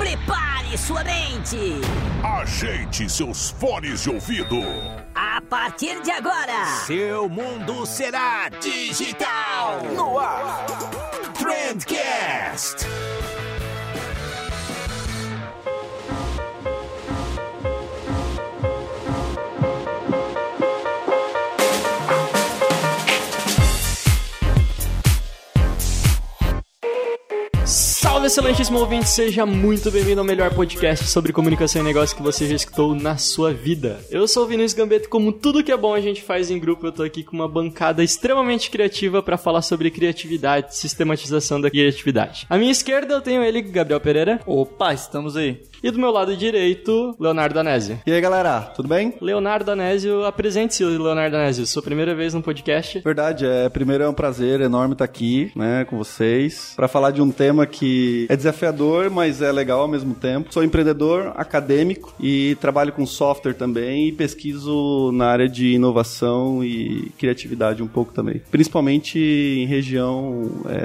Prepare sua mente. Ajeite seus fones de ouvido. A partir de agora, Seu mundo será digital. No ar, Trendcast. Salve, excelentíssimo ouvinte, seja muito bem-vindo ao melhor podcast sobre comunicação e negócio que você já escutou na sua vida. Eu sou o Vinícius Gambetta e como tudo que é bom a gente faz em grupo, eu tô aqui com uma bancada extremamente criativa para falar sobre criatividade, sistematização da criatividade. À minha esquerda eu tenho ele, Gabriel Pereira. Opa, estamos aí. E do meu lado direito, Leonardo Danésio. E aí, galera, tudo bem? Leonardo Danésio, apresente-se, Leonardo Danésio. Sua primeira vez no podcast. Verdade, primeiro é um prazer enorme estar aqui, né, com vocês, para falar de um tema que é desafiador, mas é legal ao mesmo tempo. Sou empreendedor, acadêmico e trabalho com software também e pesquiso na área de inovação e criatividade um pouco também, principalmente em região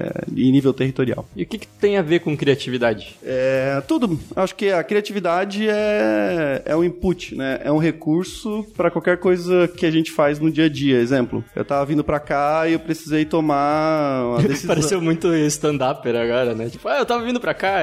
e nível territorial. E o que tem a ver com criatividade? Tudo. Acho que a criatividade é um input, né? É um recurso para qualquer coisa que a gente faz no dia a dia. Exemplo, eu tava vindo pra cá e eu precisei tomar uma decisão. Pareceu muito stand-upper agora, né? Tipo, eu tava vindo pra cá.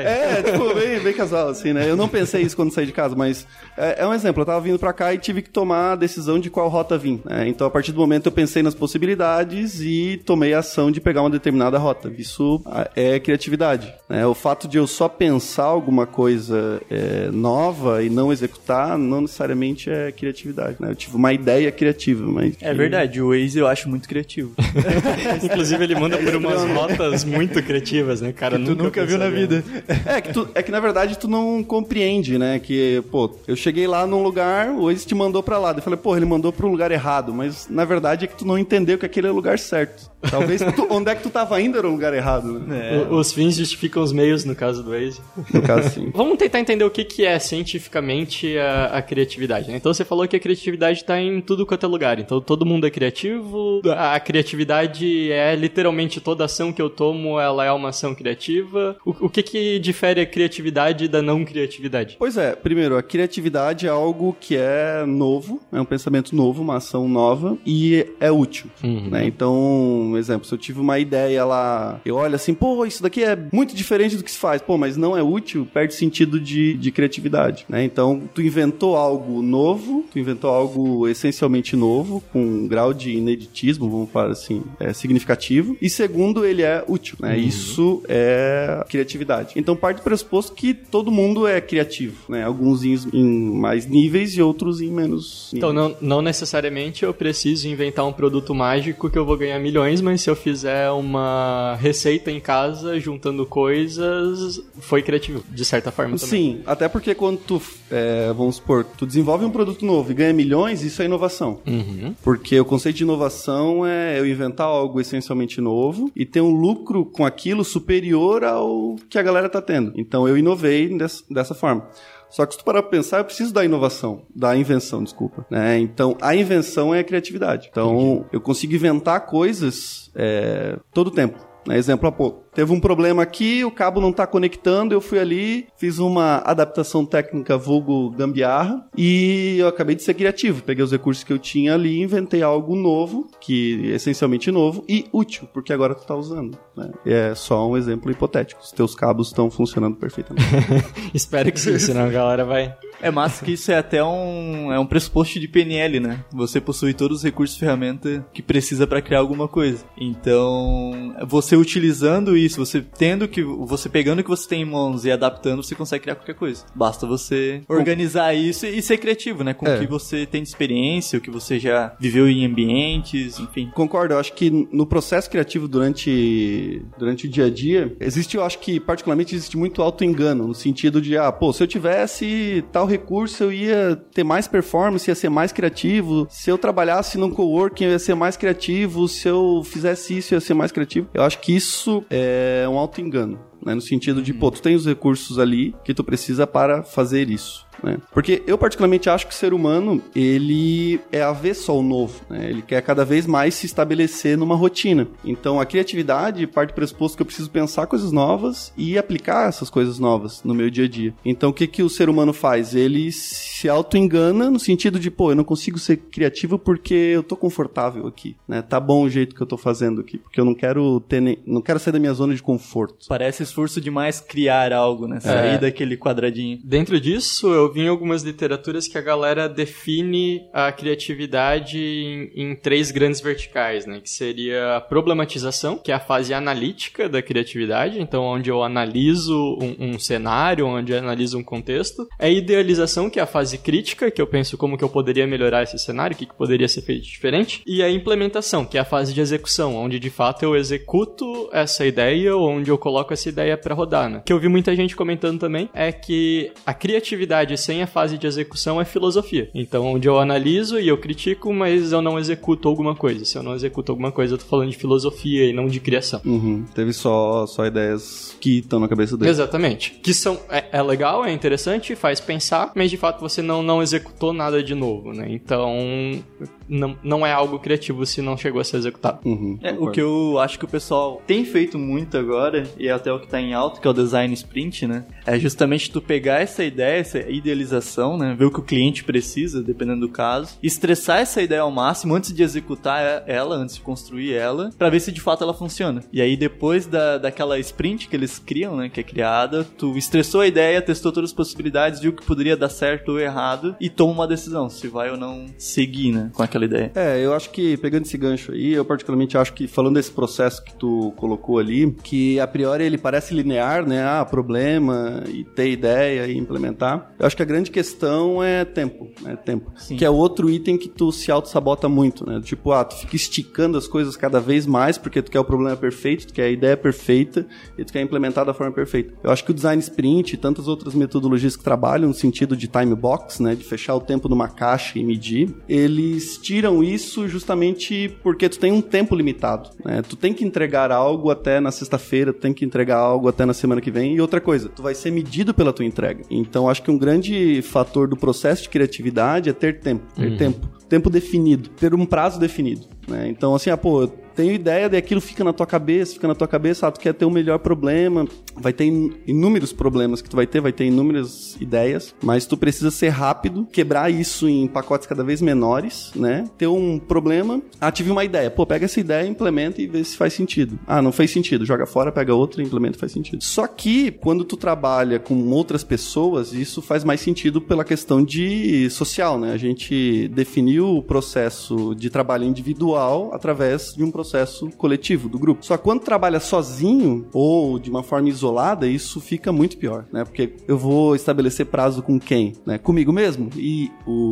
Bem casual, assim, né? Eu não pensei isso quando saí de casa, mas é um exemplo. Eu tava vindo pra cá e tive que tomar a decisão de qual rota vir, né? Então, a partir do momento eu pensei nas possibilidades e tomei a ação de pegar uma determinada rota. Isso é criatividade, né? O fato de eu só pensar alguma coisa nova e não executar, não necessariamente é criatividade, né? Eu tive uma ideia criativa, mas... É verdade, o Waze eu acho muito criativo. Inclusive ele manda por umas rotas muito criativas, né, cara? Que tu nunca viu na vida. Que na verdade tu não compreende, né? Que, eu cheguei lá num lugar, o Waze te mandou pra lá. Eu falei, ele mandou pro lugar errado, mas na verdade é que tu não entendeu que aquele é o lugar certo. Talvez onde é que tu tava indo era o lugar errado, né? Os fins justificam os meios, no caso do Waze. No caso, sim. Vamos tentar entender o que é cientificamente a criatividade, né? Então você falou que a criatividade está em tudo quanto é lugar. Então todo mundo é criativo. A criatividade é literalmente toda ação que eu tomo, ela é uma ação criativa. O que difere a criatividade da não criatividade? Pois é, primeiro, a criatividade é algo que é novo, é um pensamento novo, uma ação nova e é útil, né? Então, um exemplo, se eu tive uma ideia lá, eu olho assim, isso daqui é muito diferente do que se faz, mas não é útil, perde sentido de criatividade, né? Então, tu inventou algo novo, tu inventou algo essencialmente novo, com um grau de ineditismo, vamos falar assim, significativo, e segundo, ele é útil, né? Isso é criatividade. Então, parte do pressuposto que todo mundo é criativo, né? Alguns em mais níveis e outros em menos níveis. Então, não necessariamente eu preciso inventar um produto mágico que eu vou ganhar milhões, mas se eu fizer uma receita em casa, juntando coisas, foi criativo, de certa forma também. Sim, até porque quando tu, vamos supor, tu desenvolve um produto novo e ganha milhões, isso é inovação. Porque o conceito de inovação é eu inventar algo essencialmente novo e ter um lucro com aquilo superior ao que a galera tá tendo. Então eu inovei dessa forma. Só que se tu parar pra pensar, eu preciso da invenção, desculpa, né? Então, a invenção é a criatividade. Então, eu consigo inventar coisas todo o tempo. Exemplo, teve um problema aqui, o cabo não tá conectando, eu fui ali, fiz uma adaptação técnica vulgo gambiarra e eu acabei de ser criativo. Peguei os recursos que eu tinha ali e inventei algo novo, que é essencialmente novo e útil, porque agora tu tá usando, né? É só um exemplo hipotético. Os teus cabos estão funcionando perfeitamente. Espero que sim, senão a galera vai... É massa que isso é até um pressuposto de PNL, né? Você possui todos os recursos e ferramentas que precisa para criar alguma coisa. Então, você utilizando isso, você pegando o que você tem em mãos e adaptando, você consegue criar qualquer coisa. Basta você organizar isso e ser criativo, né? Com o que você tem de experiência, o que você já viveu em ambientes, enfim. Concordo, eu acho que no processo criativo durante o dia a dia, eu acho que particularmente existe muito auto-engano, no sentido de, se eu tivesse tal recurso, eu ia ter mais performance, ia ser mais criativo. Se eu trabalhasse num coworking, eu ia ser mais criativo. Se eu fizesse isso, eu ia ser mais criativo. Eu acho que isso é um auto-engano, né? No sentido de, tu tem os recursos ali que tu precisa para fazer isso. né? Porque eu particularmente acho que o ser humano, ele é avesso ao novo, né? Ele quer cada vez mais se estabelecer numa rotina. Então a criatividade parte do pressuposto que eu preciso pensar coisas novas e aplicar essas coisas novas no meu dia a dia. Então o que o ser humano faz? Ele se auto-engana no sentido de, eu não consigo ser criativo porque eu tô confortável aqui, né? Tá bom o jeito que eu tô fazendo aqui, porque eu não quero sair da minha zona de conforto. Parece esforço demais criar algo, né? Sair daquele quadradinho. Dentro disso, eu vi em algumas literaturas que a galera define a criatividade em 3 grandes verticais, né? Que seria a problematização, que é a fase analítica da criatividade, então onde eu analiso um cenário, onde eu analiso um contexto. A idealização, que é a fase crítica, que eu penso como que eu poderia melhorar esse cenário, o que poderia ser feito diferente. E a implementação, que é a fase de execução, onde de fato eu executo essa ideia, ou onde eu coloco essa ideia pra rodar, né? O que eu vi muita gente comentando também é que a criatividade sem a fase de execução é filosofia. Então, onde eu analiso e eu critico, mas eu não executo alguma coisa. Se eu não executo alguma coisa, eu tô falando de filosofia e não de criação. Teve só ideias que estão na cabeça dele. Exatamente. Que são... É legal, é interessante, faz pensar, mas de fato você não executou nada de novo, né? Então, não é algo criativo se não chegou a ser executado. O que eu acho que o pessoal tem feito muito agora, e é até o que tá em alta, que é o design sprint, né? É justamente tu pegar essa ideia, essa idealização, né? Ver o que o cliente precisa, dependendo do caso, estressar essa ideia ao máximo antes de executar ela, antes de construir ela, pra ver se de fato ela funciona. E aí depois daquela sprint que eles criam, né? Que é criada, tu estressou a ideia, testou todas as possibilidades, viu que poderia dar certo ou errado e toma uma decisão, se vai ou não seguir, né? Com aquela ideia. Eu acho que, pegando esse gancho aí, eu particularmente acho que, falando desse processo que tu colocou ali, que a priori ele parece linear, né? Problema, e ter ideia e implementar. Eu acho que a grande questão é tempo, né? Tempo. Sim. Que é outro item que tu se auto-sabota muito, né? Tipo, tu fica esticando as coisas cada vez mais porque tu quer o problema perfeito, tu quer a ideia perfeita e tu quer implementar da forma perfeita. Eu acho que o design sprint e tantas outras metodologias que trabalham no sentido de time box, né? De fechar o tempo numa caixa e medir, eles tiram isso justamente porque tu tem um tempo limitado, né? Tu tem que entregar algo até na sexta-feira, tu tem que entregar algo até na semana que vem. E outra coisa, tu vai ser medido pela tua entrega. Então, acho que um grande fator do processo de criatividade é ter tempo. Ter tempo definido. Ter um prazo definido, né? Então, assim, eu tenho ideia de aquilo fica na tua cabeça, tu quer ter um melhor problema, vai ter inúmeros problemas que tu vai ter inúmeras ideias, mas tu precisa ser rápido, quebrar isso em pacotes cada vez menores, né? Ter um problema, tive uma ideia, pega essa ideia, implementa e vê se faz sentido. Não fez sentido, joga fora, pega outra, implementa e faz sentido. Só que, quando tu trabalha com outras pessoas, isso faz mais sentido pela questão de social, né? A gente definiu o processo de trabalho individual através de um processo coletivo do grupo. Só que quando trabalha sozinho ou de uma forma isolada, isso fica muito pior, né? Porque eu vou estabelecer prazo com quem? Né? Comigo mesmo. E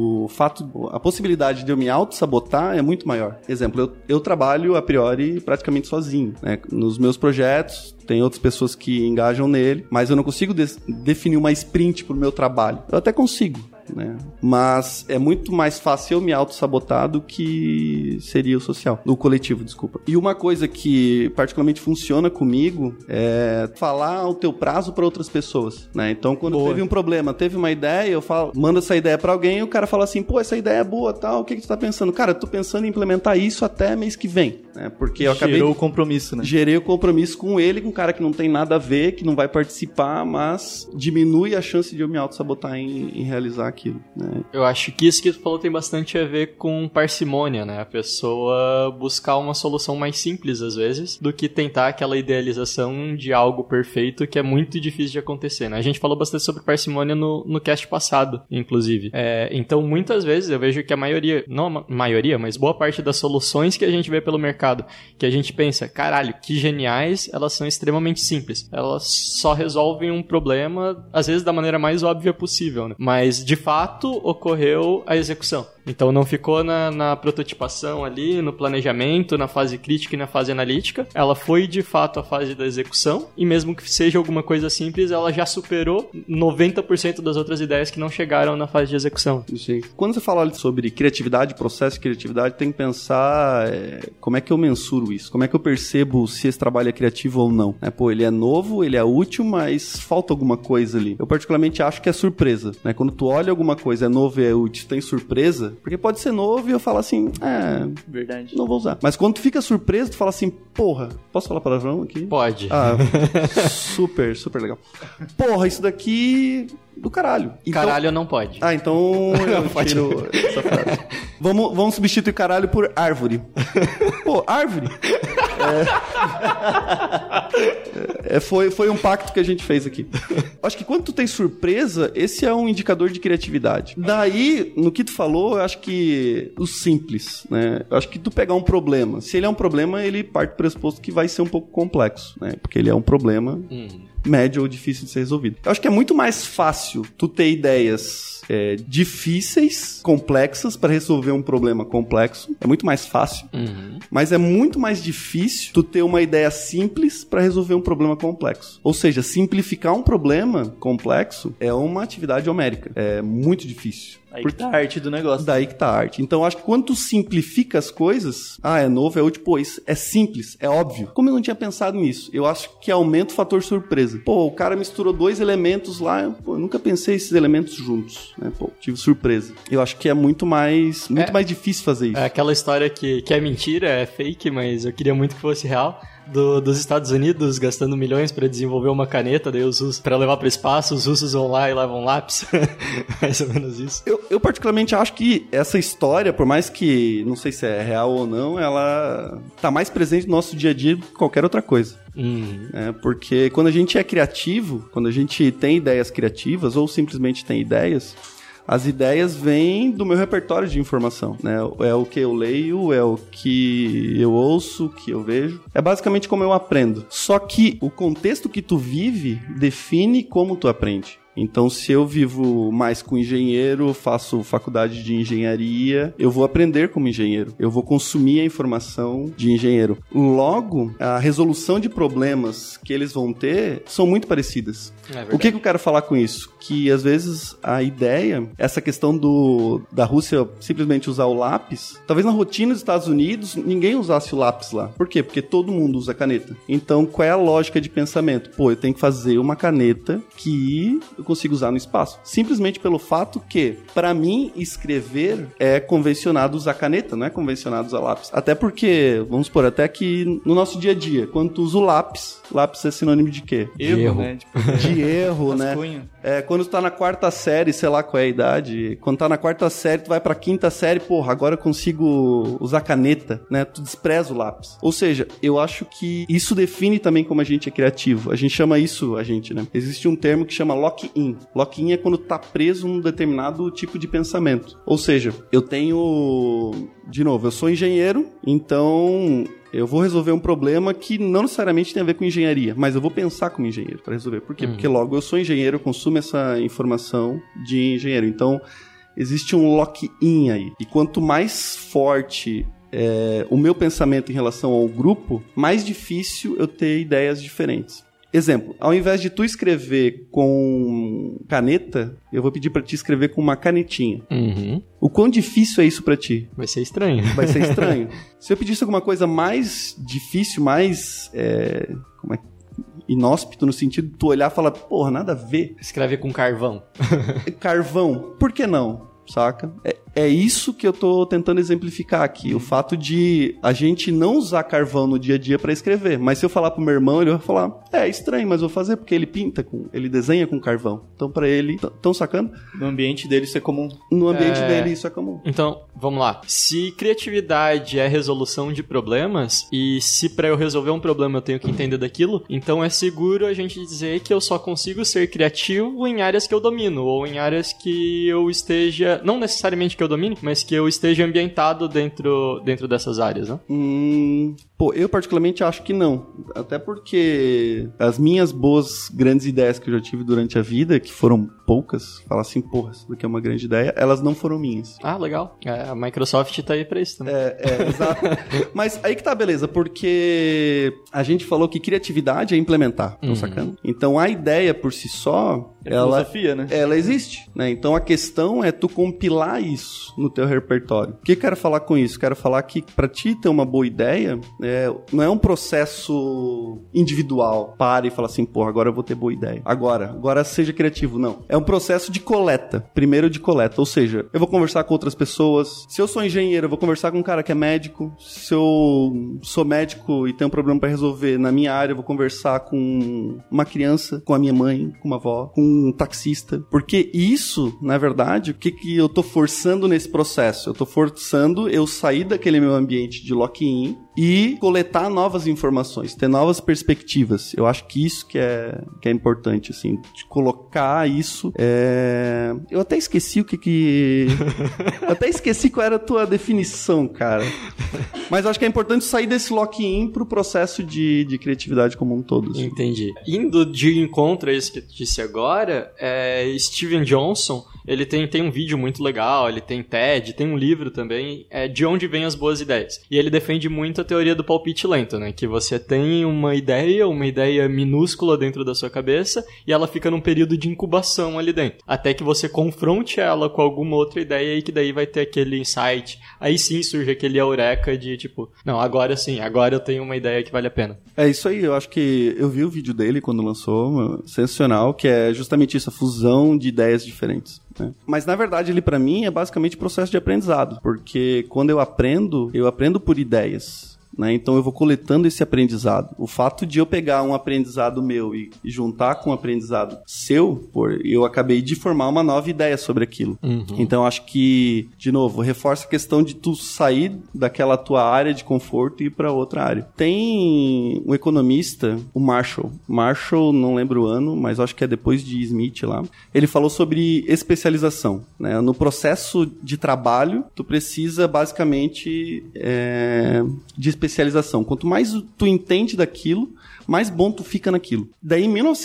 a possibilidade de eu me auto-sabotar é muito maior. Exemplo, eu trabalho a priori praticamente sozinho, né? Nos meus projetos, tem outras pessoas que engajam nele, mas eu não consigo definir uma sprint pro meu trabalho. Eu até consigo, né? Mas é muito mais fácil eu me auto-sabotar do que seria o social, o coletivo, desculpa. E uma coisa que particularmente funciona comigo é falar o teu prazo para outras pessoas, né? Então, quando teve um problema, teve uma ideia, eu mando essa ideia para alguém e o cara fala assim, essa ideia é boa, tal, o que tu tá pensando? Cara, eu tô pensando em implementar isso até mês que vem, né? Porque eu acabei... Gerou o compromisso, né? Gerei o compromisso com ele, com um cara que não tem nada a ver, que não vai participar, mas diminui a chance de eu me auto-sabotar em realizar aquilo, né? Eu acho que isso que tu falou tem bastante a ver com parcimônia, né? A pessoa buscar uma solução mais simples, às vezes, do que tentar aquela idealização de algo perfeito que é muito difícil de acontecer, né? A gente falou bastante sobre parcimônia no cast passado, inclusive. Então, muitas vezes, eu vejo que a maioria, não a maioria, mas boa parte das soluções que a gente vê pelo mercado, que a gente pensa, caralho, que geniais, elas são extremamente simples. Elas só resolvem um problema, às vezes da maneira mais óbvia possível, né? Mas, de fato, ocorreu a execução. Então não ficou na prototipação ali, no planejamento, na fase crítica e na fase analítica. Ela foi de fato a fase da execução, e mesmo que seja alguma coisa simples, ela já superou 90% das outras ideias que não chegaram na fase de execução. Sim. Quando você fala sobre criatividade, processo de criatividade, tem que pensar como é que eu mensuro isso, como é que eu percebo se esse trabalho é criativo ou não. Ele é novo, ele é útil, mas falta alguma coisa ali. Eu particularmente acho que é surpresa, né? Quando tu olha alguma coisa, é novo e é útil, tem surpresa, porque pode ser novo e eu falo assim, verdade, não vou usar. Mas quando tu fica surpreso, tu fala assim, porra, posso falar palavrão aqui? Pode. Super, super legal. Porra, isso daqui... do caralho. Então... Caralho não pode. Então eu tiro essa frase. Vamos substituir caralho por árvore. Pô, árvore. Foi um pacto que a gente fez aqui. Acho que quando tu tem surpresa, esse é um indicador de criatividade. Daí, no que tu falou, eu acho que o simples, né? Eu acho que tu pegar um problema. Se ele é um problema, ele parte do pressuposto que vai ser um pouco complexo, né? Porque ele é um problema... médio ou difícil de ser resolvido. Eu acho que é muito mais fácil tu ter ideias difíceis, complexas, para resolver um problema complexo. É muito mais fácil. Mas é muito mais difícil tu ter uma ideia simples para resolver um problema complexo. Ou seja, simplificar um problema complexo é uma atividade homérica. É muito difícil. Aí que tá a arte do negócio. Daí que tá a arte. Então, acho que quando tu simplifica as coisas, é novo, é útil, isso é simples, é óbvio. Como eu não tinha pensado nisso, eu acho que aumenta o fator surpresa. O cara misturou 2 elementos lá, eu nunca pensei esses elementos juntos, né? Tive surpresa. Eu acho que é muito mais difícil fazer isso. É aquela história que é mentira, é fake, mas eu queria muito que fosse real. Dos Estados Unidos gastando milhões para desenvolver uma caneta, daí os russos, para levar para o espaço, os russos vão lá e levam lápis. Mais ou menos isso. Eu particularmente acho que essa história, por mais que não sei se é real ou não, ela tá mais presente no nosso dia a dia do que qualquer outra coisa. Porque quando a gente é criativo, quando a gente tem ideias criativas ou simplesmente tem ideias, as ideias vêm do meu repertório de informação, né? É o que eu leio, é o que eu ouço, o que eu vejo. É basicamente como eu aprendo. Só que o contexto que tu vive define como tu aprende. Então, se eu vivo mais com engenheiro, faço faculdade de engenharia, eu vou aprender como engenheiro. Eu vou consumir a informação de engenheiro. Logo, a resolução de problemas que eles vão ter são muito parecidas. O que eu quero falar com isso? Que, às vezes, a ideia, essa questão da Rússia simplesmente usar o lápis, talvez na rotina dos Estados Unidos, ninguém usasse o lápis lá. Por quê? Porque todo mundo usa caneta. Então, qual é a lógica de pensamento? Eu tenho que fazer uma caneta que eu consigo usar no espaço. Simplesmente pelo fato que, para mim, escrever é convencionado usar caneta, não é convencionado usar lápis. Até porque, vamos supor, até que no nosso dia a dia, quando tu usa o lápis é sinônimo de quê? Erro, né? De erro, né? Quando tu tá na 4ª série, sei lá qual é a idade, quando tá na 4ª série, tu vai pra 5ª série, agora eu consigo usar caneta, né? Tu despreza o lápis. Ou seja, eu acho que isso define também como a gente é criativo. A gente chama isso, né? Existe um termo que chama lock-in. Lock-in é quando tá preso num determinado tipo de pensamento. Ou seja, eu tenho... De novo, eu sou engenheiro, então... eu vou resolver um problema que não necessariamente tem a ver com engenharia, mas eu vou pensar como engenheiro para resolver. Por quê? Porque logo eu sou engenheiro, eu consumo essa informação de engenheiro. Então, existe um lock-in aí. E quanto mais forte o meu pensamento em relação ao grupo, mais difícil eu ter ideias diferentes. Exemplo, ao invés de tu escrever com caneta, eu vou pedir pra ti escrever com uma canetinha. O quão difícil é isso pra ti? Vai ser estranho. Vai ser estranho. Se eu pedisse alguma coisa mais difícil, mais... inóspito, no sentido de tu olhar e falar, nada a ver. Escreve com carvão. Carvão, por que não? Saca? É isso que eu tô tentando exemplificar aqui. O fato de a gente não usar carvão no dia a dia pra escrever. Mas se eu falar pro meu irmão, ele vai falar, é estranho, mas eu vou fazer porque ele ele desenha com carvão. Então pra ele, tão sacando? No ambiente dele isso é comum. No ambiente dele isso é comum. Então, vamos lá. Se criatividade é resolução de problemas, e se pra eu resolver um problema eu tenho que entender daquilo, então é seguro a gente dizer que eu só consigo ser criativo em áreas que eu domino, ou em áreas que eu esteja... não necessariamente que eu domine, mas que eu esteja ambientado dentro dessas áreas, né? Pô, eu particularmente acho que não. Até porque as minhas boas grandes ideias que eu já tive durante a vida, que foram poucas, falar assim, porra, isso daqui é uma grande ideia, elas não foram minhas. Ah, legal. A Microsoft tá aí pra isso também. Exato. Mas aí que tá, beleza, porque a gente falou que criatividade é implementar, tá sacando? Então a ideia por si só, filosofia, né? Ela existe, né? Então a questão é tu compilar isso no teu repertório. O que eu quero falar com isso? Quero falar que pra ti ter uma boa ideia, não é um processo individual. Para e fala assim, porra, agora eu vou ter boa ideia. Agora seja criativo. Não. É um processo de coleta. Primeiro de coleta. Ou seja, eu vou conversar com outras pessoas. Se eu sou engenheiro, eu vou conversar com um cara que é médico. Se eu sou médico e tenho um problema pra resolver na minha área, eu vou conversar com uma criança, com a minha mãe, com uma avó, com um taxista. Porque isso, na verdade, o que eu tô forçando nesse processo? Eu tô forçando eu sair daquele meu ambiente de lock-in e coletar novas informações, ter novas perspectivas. Eu acho que isso que é importante, assim, de colocar isso. Eu até esqueci eu até esqueci qual era a tua definição, cara. Mas eu acho que é importante sair desse lock-in pro processo de criatividade como um todo. Assim. Entendi. Indo de encontro a isso que tu disse agora, Steven Johnson, ele tem um vídeo muito legal, ele tem TED, tem um livro também, De Onde Vêm as Boas Ideias. E ele defende muito a teoria do palpite lento, né? Que você tem uma ideia minúscula dentro da sua cabeça e ela fica num período de incubação ali dentro. Até que você confronte ela com alguma outra ideia e que daí vai ter aquele insight. Aí sim surge aquele eureka de tipo, não, agora sim, agora eu tenho uma ideia que vale a pena. É isso aí, eu acho que eu vi o vídeo dele quando lançou, sensacional, que é justamente isso, a fusão de ideias diferentes. Mas na verdade ele pra mim é basicamente processo de aprendizado, porque quando eu aprendo por ideias, né? Então eu vou coletando esse aprendizado. O fato de eu pegar um aprendizado meu e juntar com um aprendizado seu, eu acabei de formar uma nova ideia sobre aquilo. Então acho que, de novo, reforça a questão de tu sair daquela tua área de conforto e ir para outra área. Tem um economista, o Marshall, não lembro o ano, mas acho que é depois de Smith lá. Ele falou sobre especialização, né? No processo de trabalho, tu precisa basicamente de especialização. Quanto mais tu entende daquilo, mais bom tu fica naquilo. Daí, em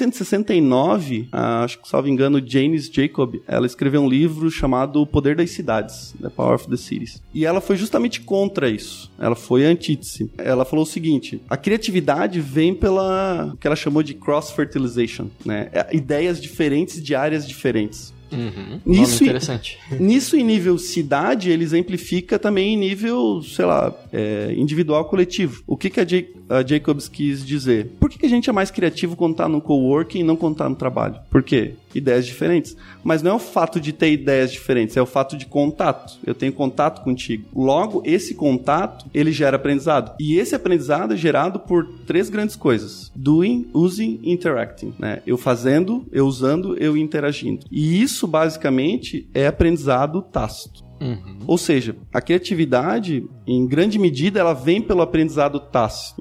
1969, acho que, salvo engano, Janice Jacob, ela escreveu um livro chamado O Poder das Cidades, The Power of the Cities. E ela foi justamente contra isso. Ela foi a antítese. Ela falou o seguinte, a criatividade vem pela o que ela chamou de cross-fertilization, né? Ideias diferentes de áreas diferentes. Interessante. Nisso, em nível cidade, ele exemplifica também em nível, sei lá, individual coletivo. O que a Jacobs quis dizer? Por que a gente é mais criativo quando tá no coworking e não quando tá no trabalho? Por quê? Ideias diferentes. Mas não é o fato de ter ideias diferentes, é o fato de contato. Eu tenho contato contigo. Logo, esse contato, ele gera aprendizado. E esse aprendizado é gerado por 3 grandes coisas. Doing, using, interacting. Né? Eu fazendo, eu usando, eu interagindo. E isso, basicamente, é aprendizado tácito. Ou seja, a criatividade, em grande medida, ela vem pelo aprendizado tácito.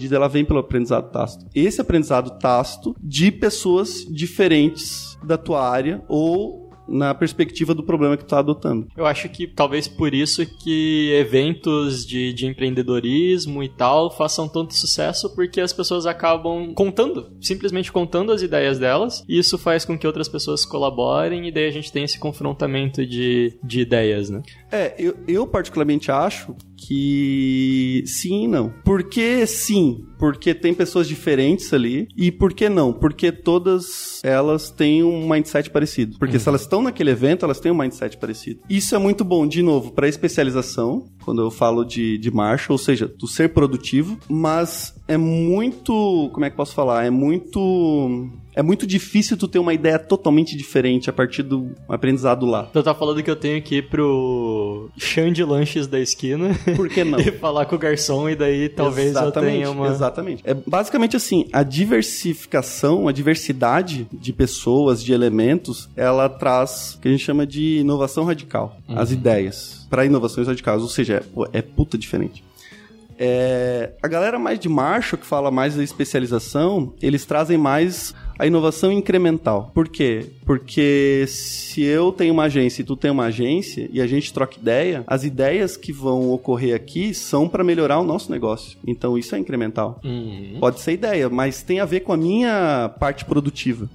Esse aprendizado tácito de pessoas diferentes da tua área ou na perspectiva do problema que tu tá adotando. Eu acho que talvez por isso que eventos de empreendedorismo e tal façam tanto sucesso, porque as pessoas acabam simplesmente contando as ideias delas, e isso faz com que outras pessoas colaborem, e daí a gente tem esse confrontamento de ideias, né? Eu particularmente acho que sim e não. Por que sim? Porque tem pessoas diferentes ali. E por que não? Porque todas elas têm um mindset parecido. Porque se elas estão naquele evento, elas têm um mindset parecido. Isso é muito bom, de novo, para especialização, quando eu falo de Marshall, ou seja, tu ser produtivo, mas é muito... Como é que posso falar? É muito difícil tu ter uma ideia totalmente diferente a partir do aprendizado lá. Tu tá falando que eu tenho que ir pro chão de lanches da esquina. Por que não? E falar com o garçom, e daí talvez eu tenha uma... Exatamente. É basicamente assim, a diversificação, a diversidade de pessoas, de elementos, ela traz o que a gente chama de inovação radical. As ideias para inovações radicais, ou seja, é puta diferente. A galera mais de Marshall, que fala mais da especialização, eles trazem mais a inovação incremental. Por quê? Porque se eu tenho uma agência e tu tem uma agência e a gente troca ideia, as ideias que vão ocorrer aqui são para melhorar o nosso negócio. Então isso é incremental. Pode ser ideia, mas tem a ver com a minha parte produtiva.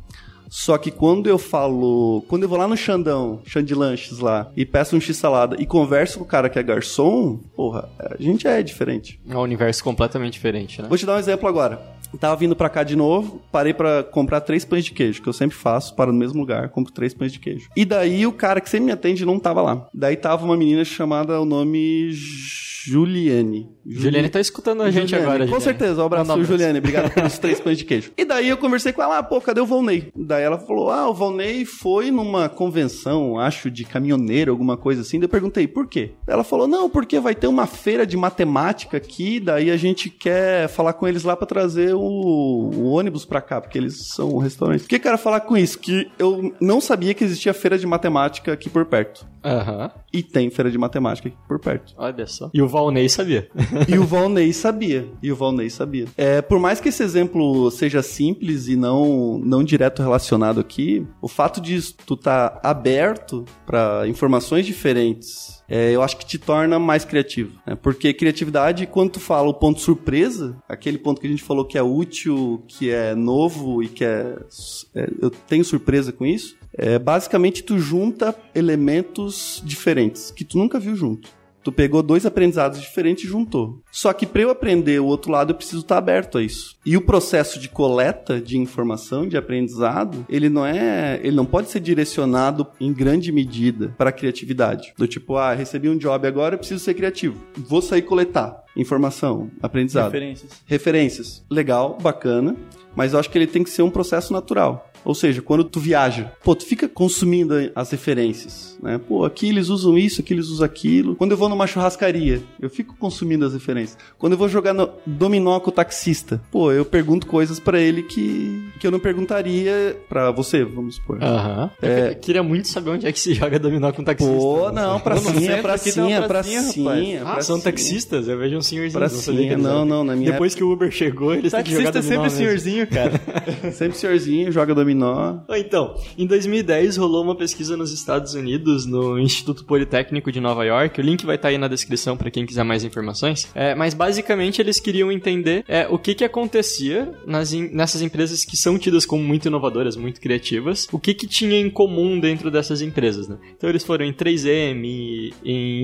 Só que quando eu vou lá no Xandão, Xand de Lanches lá, e peço um x-salada e converso com o cara que é garçom, porra, a gente é diferente. É um universo completamente diferente, né? Vou te dar um exemplo agora. Eu tava vindo pra cá de novo, parei pra comprar 3 pães de queijo, que eu sempre faço, paro no mesmo lugar, compro 3 pães de queijo. E daí o cara que sempre me atende não tava lá. Daí tava uma menina chamada, o nome... Juliane. Juliane tá escutando a gente agora, Com certeza, um abraço, Juliane. Obrigado pelos 3 pães de queijo. E daí eu conversei com ela, pô, cadê o Volney? Daí ela falou, o Volney foi numa convenção, acho, de caminhoneiro, alguma coisa assim. Daí eu perguntei, por quê? Ela falou, não, porque vai ter uma feira de matemática aqui, daí a gente quer falar com eles lá pra trazer o ônibus pra cá, porque eles são um restaurante. Por que eu quero falar com isso? Que eu não sabia que existia feira de matemática aqui por perto. E tem feira de matemática aqui por perto. Olha só. E o Volney sabia. E o Volney sabia. Por mais que esse exemplo seja simples e não direto relacionado aqui, o fato de tu tá aberto para informações diferentes, eu acho que te torna mais criativo. Né? Porque criatividade, quando tu fala o ponto surpresa, aquele ponto que a gente falou que é útil, que é novo e que eu tenho surpresa com isso, basicamente tu junta elementos diferentes que tu nunca viu junto. Tu pegou 2 aprendizados diferentes e juntou. Só que para eu aprender o outro lado, eu preciso estar aberto a isso. E o processo de coleta de informação, de aprendizado, ele não pode ser direcionado em grande medida para a criatividade. Do tipo, recebi um job agora, eu preciso ser criativo. Vou sair coletar informação, aprendizado. Referências. Legal, bacana. Mas eu acho que ele tem que ser um processo natural. Ou seja, quando tu viaja, tu fica consumindo as referências, né? Aqui eles usam isso, aqui eles usam aquilo. Quando eu vou numa churrascaria, eu fico consumindo as referências. Quando eu vou jogar no dominó com o taxista, eu pergunto coisas pra ele que eu não perguntaria pra você, vamos supor. Eu queria muito saber onde é que se joga dominó com taxista. Pracinha. São taxistas? Eu vejo um senhorzinho. Pracinha, não, na minha Depois que o Uber chegou, eles têm que jogar dominó. Taxista sempre senhorzinho, cara. Sempre senhorzinho, joga dominó. Então, em 2010 rolou uma pesquisa nos Estados Unidos, no Instituto Politécnico de Nova York. O link vai estar aí na descrição para quem quiser mais informações. Mas basicamente eles queriam entender o que acontecia nessas empresas que são tidas como muito inovadoras, muito criativas. O que tinha em comum dentro dessas empresas, né? Então eles foram em 3M, em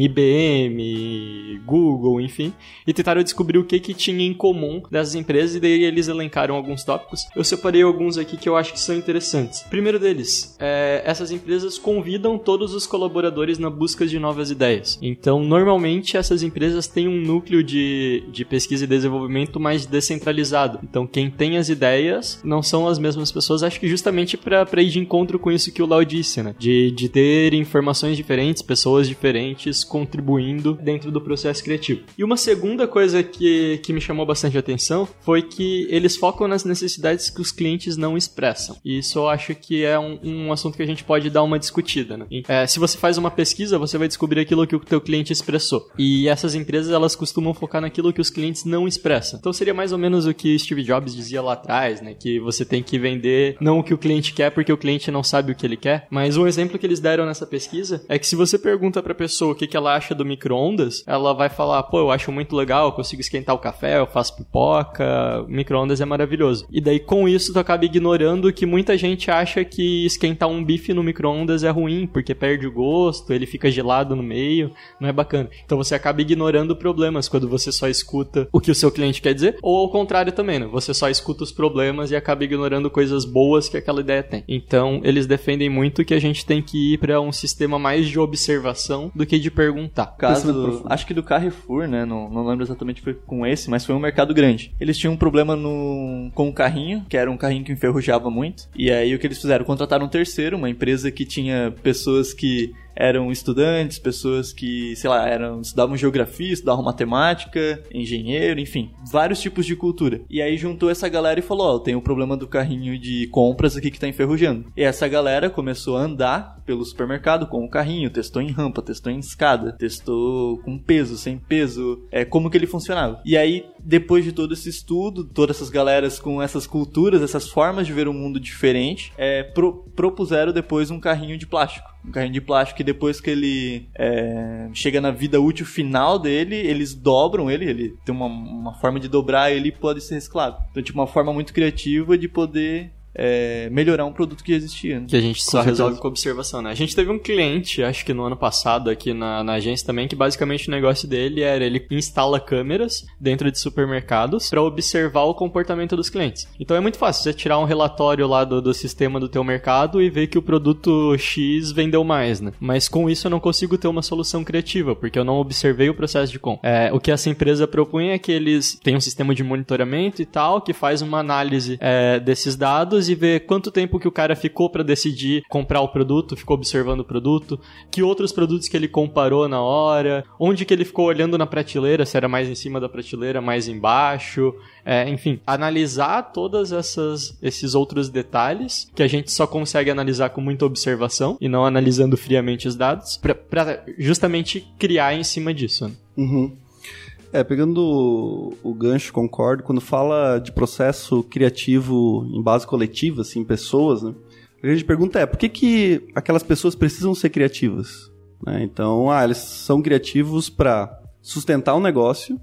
IBM, Google, enfim, e tentaram descobrir o que tinha em comum dessas empresas, e daí eles elencaram alguns tópicos. Eu separei alguns aqui que eu acho que são interessantes. Primeiro deles, essas empresas convidam todos os colaboradores na busca de novas ideias. Então, normalmente, essas empresas têm um núcleo de pesquisa e desenvolvimento mais descentralizado. Então, quem tem as ideias não são as mesmas pessoas, acho que justamente para ir de encontro com isso que o Léo disse, né? De ter informações diferentes, pessoas diferentes contribuindo dentro do processo criativo. E uma segunda coisa que me chamou bastante a atenção foi que eles focam nas necessidades que os clientes não expressam. E isso eu acho que é um assunto que a gente pode dar uma discutida, né? Se você faz uma pesquisa, você vai descobrir aquilo que o teu cliente expressou. E essas empresas, elas costumam focar naquilo que os clientes não expressam. Então seria mais ou menos o que Steve Jobs dizia lá atrás, né? Que você tem que vender não o que o cliente quer, porque o cliente não sabe o que ele quer. Mas um exemplo que eles deram nessa pesquisa é que se você pergunta pra pessoa o que ela acha do micro-ondas, ela vai falar, eu acho muito legal, eu consigo esquentar o café, eu faço pipoca, micro-ondas é maravilhoso. E daí com isso tu acaba ignorando que muita gente acha que esquentar um bife no micro-ondas é ruim, porque perde o gosto, ele fica gelado no meio, não é bacana. Então você acaba ignorando problemas quando você só escuta o que o seu cliente quer dizer, ou ao contrário também, né? Você só escuta os problemas e acaba ignorando coisas boas que aquela ideia tem. Então eles defendem muito que a gente tem que ir para um sistema mais de observação do que de perguntar. Caso, acho que do Carrefour, né? Não lembro exatamente foi com esse, mas foi um mercado grande. Eles tinham um problema com o carrinho, que era um carrinho que enferrujava muito. E aí o que eles fizeram? Contrataram um terceiro, uma empresa que tinha pessoas que eram estudantes, pessoas que, sei lá, estudavam geografia, estudavam matemática, engenheiro, enfim, vários tipos de cultura. E aí juntou essa galera e falou, tem o problema do carrinho de compras aqui que tá enferrujando. E essa galera começou a andar pelo supermercado com o carrinho, testou em rampa, testou em escada, testou com peso, sem peso, como que ele funcionava. E aí depois de todo esse estudo, todas essas galeras com essas culturas, essas formas de ver o mundo diferente, propuseram depois um carrinho de plástico. Um carrinho de plástico que depois que ele chega na vida útil final dele, eles dobram ele tem uma forma de dobrar ele e pode ser reciclado. Então, tipo, uma forma muito criativa de poder melhorar um produto que já existia, né? Que a gente só resolve com observação, né? A gente teve um cliente, acho que no ano passado aqui na agência também, que basicamente o negócio dele era, ele instala câmeras dentro de supermercados para observar o comportamento dos clientes. Então é muito fácil você tirar um relatório lá do sistema do teu mercado e ver que o produto X vendeu mais, né? Mas com isso eu não consigo ter uma solução criativa, porque eu não observei o processo de compra. O que essa empresa propõe é que eles têm um sistema de monitoramento e tal, que faz uma análise desses dados e ver quanto tempo que o cara ficou para decidir comprar o produto, ficou observando o produto, que outros produtos que ele comparou na hora, onde que ele ficou olhando na prateleira, se era mais em cima da prateleira, mais embaixo, enfim, analisar todos esses outros detalhes que a gente só consegue analisar com muita observação e não analisando friamente os dados, para justamente criar em cima disso, né? Uhum. Pegando o gancho, concordo, quando fala de processo criativo em base coletiva, assim, pessoas, né? A gente pergunta por que aquelas pessoas precisam ser criativas? Né? Então, eles são criativos para sustentar um negócio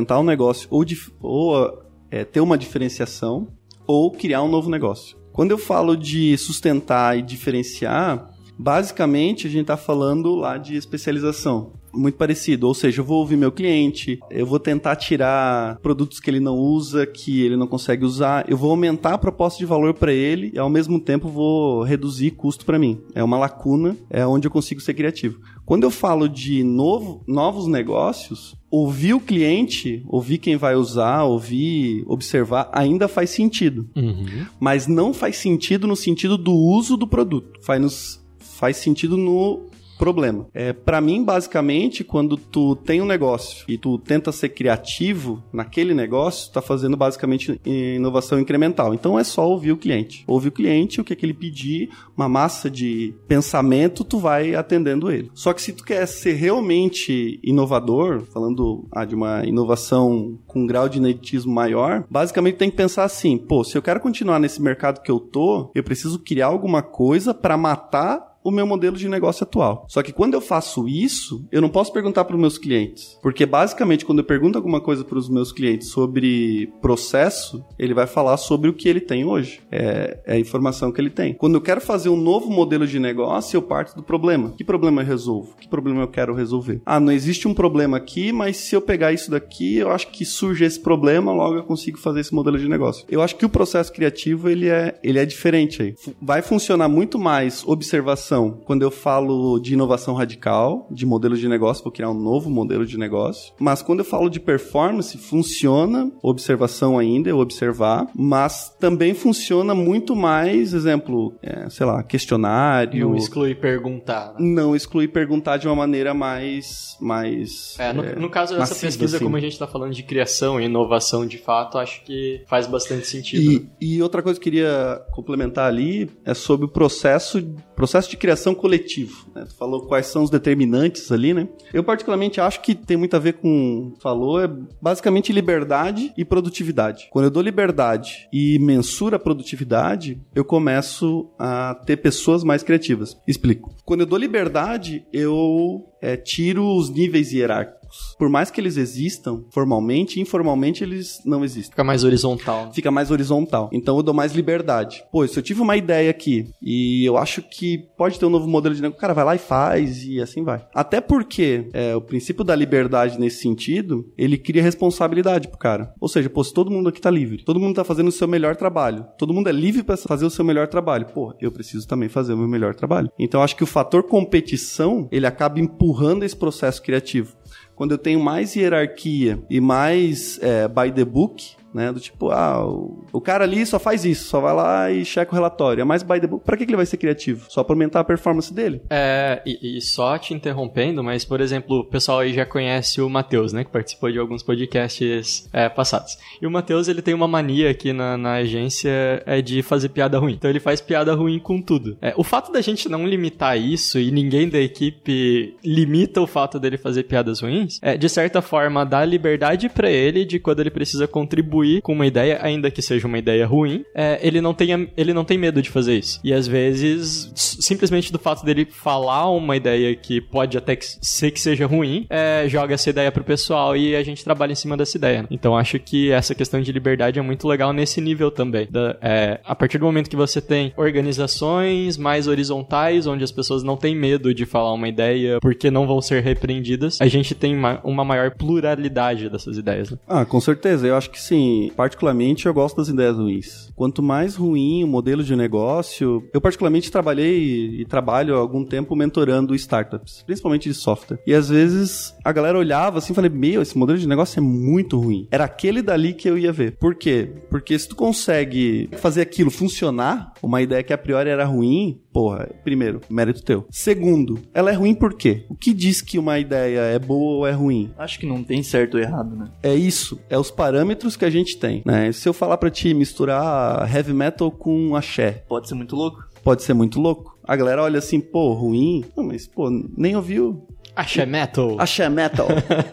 ou ter uma diferenciação ou criar um novo negócio. Quando eu falo de sustentar e diferenciar, basicamente a gente está falando lá de especialização. Muito parecido, ou seja, eu vou ouvir meu cliente, eu vou tentar tirar produtos que ele não usa, que ele não consegue usar, eu vou aumentar a proposta de valor para ele e ao mesmo tempo vou reduzir custo para mim. É uma lacuna, é onde eu consigo ser criativo. Quando eu falo de novos negócios, ouvir o cliente, ouvir quem vai usar, observar, ainda faz sentido. Uhum. Mas não faz sentido no sentido do uso do produto. Faz sentido no problema. Para mim, basicamente, quando tu tem um negócio e tu tenta ser criativo naquele negócio, tu tá fazendo basicamente inovação incremental. Então é só ouvir o cliente. Ouvir o cliente, o que é que ele pedir, uma massa de pensamento, tu vai atendendo ele. Só que se tu quer ser realmente inovador, falando de uma inovação com um grau de ineditismo maior, basicamente tem que pensar assim, se eu quero continuar nesse mercado que eu preciso criar alguma coisa para matar o meu modelo de negócio atual. Só que quando eu faço isso, eu não posso perguntar para os meus clientes. Porque basicamente, quando eu pergunto alguma coisa para os meus clientes sobre processo, ele vai falar sobre o que ele tem hoje. É a informação que ele tem. Quando eu quero fazer um novo modelo de negócio, eu parto do problema. Que problema eu resolvo? Que problema eu quero resolver? Não existe um problema aqui, mas se eu pegar isso daqui, eu acho que surge esse problema, logo eu consigo fazer esse modelo de negócio. Eu acho que o processo criativo, ele é diferente aí. Vai funcionar muito mais observação. Quando eu falo de inovação radical, de modelo de negócio, vou criar um novo modelo de negócio. Mas quando eu falo de performance, funciona observação ainda, eu observar, mas também funciona muito mais, exemplo, questionário. Não excluir perguntar. Né? Não excluir perguntar de uma maneira mais no caso dessa pesquisa, assim. Como a gente está falando de criação e inovação de fato, acho que faz bastante sentido. E outra coisa que eu queria complementar ali é sobre o processo de criação coletivo, né? Tu falou quais são os determinantes ali, né? Eu particularmente acho que tem muito a ver com, basicamente liberdade e produtividade. Quando eu dou liberdade e mensuro a produtividade, eu começo a ter pessoas mais criativas. Explico. Quando eu dou liberdade, eu tiro os níveis hierárquicos. Por mais que eles existam formalmente, informalmente eles não existem. Fica mais horizontal. Fica mais horizontal. Então eu dou mais liberdade. Se eu tive uma ideia aqui e eu acho que pode ter um novo modelo de negócio, o cara vai lá e faz e assim vai. Até porque o princípio da liberdade nesse sentido, ele cria responsabilidade pro cara. Ou seja, se todo mundo aqui tá livre, todo mundo tá fazendo o seu melhor trabalho, todo mundo é livre para fazer o seu melhor trabalho. Eu preciso também fazer o meu melhor trabalho. Então acho que o fator competição, ele acaba empurrando esse processo criativo. Quando eu tenho mais hierarquia e mais by the book, né? Do tipo, o cara ali só faz isso, só vai lá e checa o relatório. É mais by the book. Pra que ele vai ser criativo? Só pra aumentar a performance dele? E só te interrompendo, mas, por exemplo, o pessoal aí já conhece o Matheus, né? Que participou de alguns podcasts passados. E o Matheus, ele tem uma mania aqui na agência de fazer piada ruim. Então ele faz piada ruim com tudo. O fato da gente não limitar isso e ninguém da equipe limita o fato dele fazer piadas ruins, de certa forma, dá liberdade pra ele de quando ele precisa contribuir com uma ideia, ainda que seja uma ideia ruim, ele não tem medo de fazer isso. E às vezes, simplesmente do fato dele falar uma ideia que pode até ser que seja ruim, joga essa ideia pro pessoal e a gente trabalha em cima dessa ideia. Então acho que essa questão de liberdade é muito legal nesse nível também. A partir do momento que você tem organizações mais horizontais, onde as pessoas não têm medo de falar uma ideia porque não vão ser repreendidas, a gente tem uma maior pluralidade dessas ideias, né? Com certeza. Eu acho que sim. Particularmente, eu gosto das ideias ruins. Quanto mais ruim o modelo de negócio... Eu particularmente trabalhei e trabalho há algum tempo mentorando startups, principalmente de software. E às vezes a galera olhava assim e falei, esse modelo de negócio é muito ruim. Era aquele dali que eu ia ver. Por quê? Porque se tu consegue fazer aquilo funcionar, uma ideia que a priori era ruim, primeiro, mérito teu. Segundo, ela é ruim por quê? O que diz que uma ideia é boa ou é ruim? Acho que não tem certo ou errado, né? É isso. É os parâmetros que a gente tem, né? Se eu falar pra ti misturar heavy metal com axé... Pode ser muito louco. Pode ser muito louco. A galera olha assim, ruim? Não, mas, nem ouviu. Axé metal. Axé metal.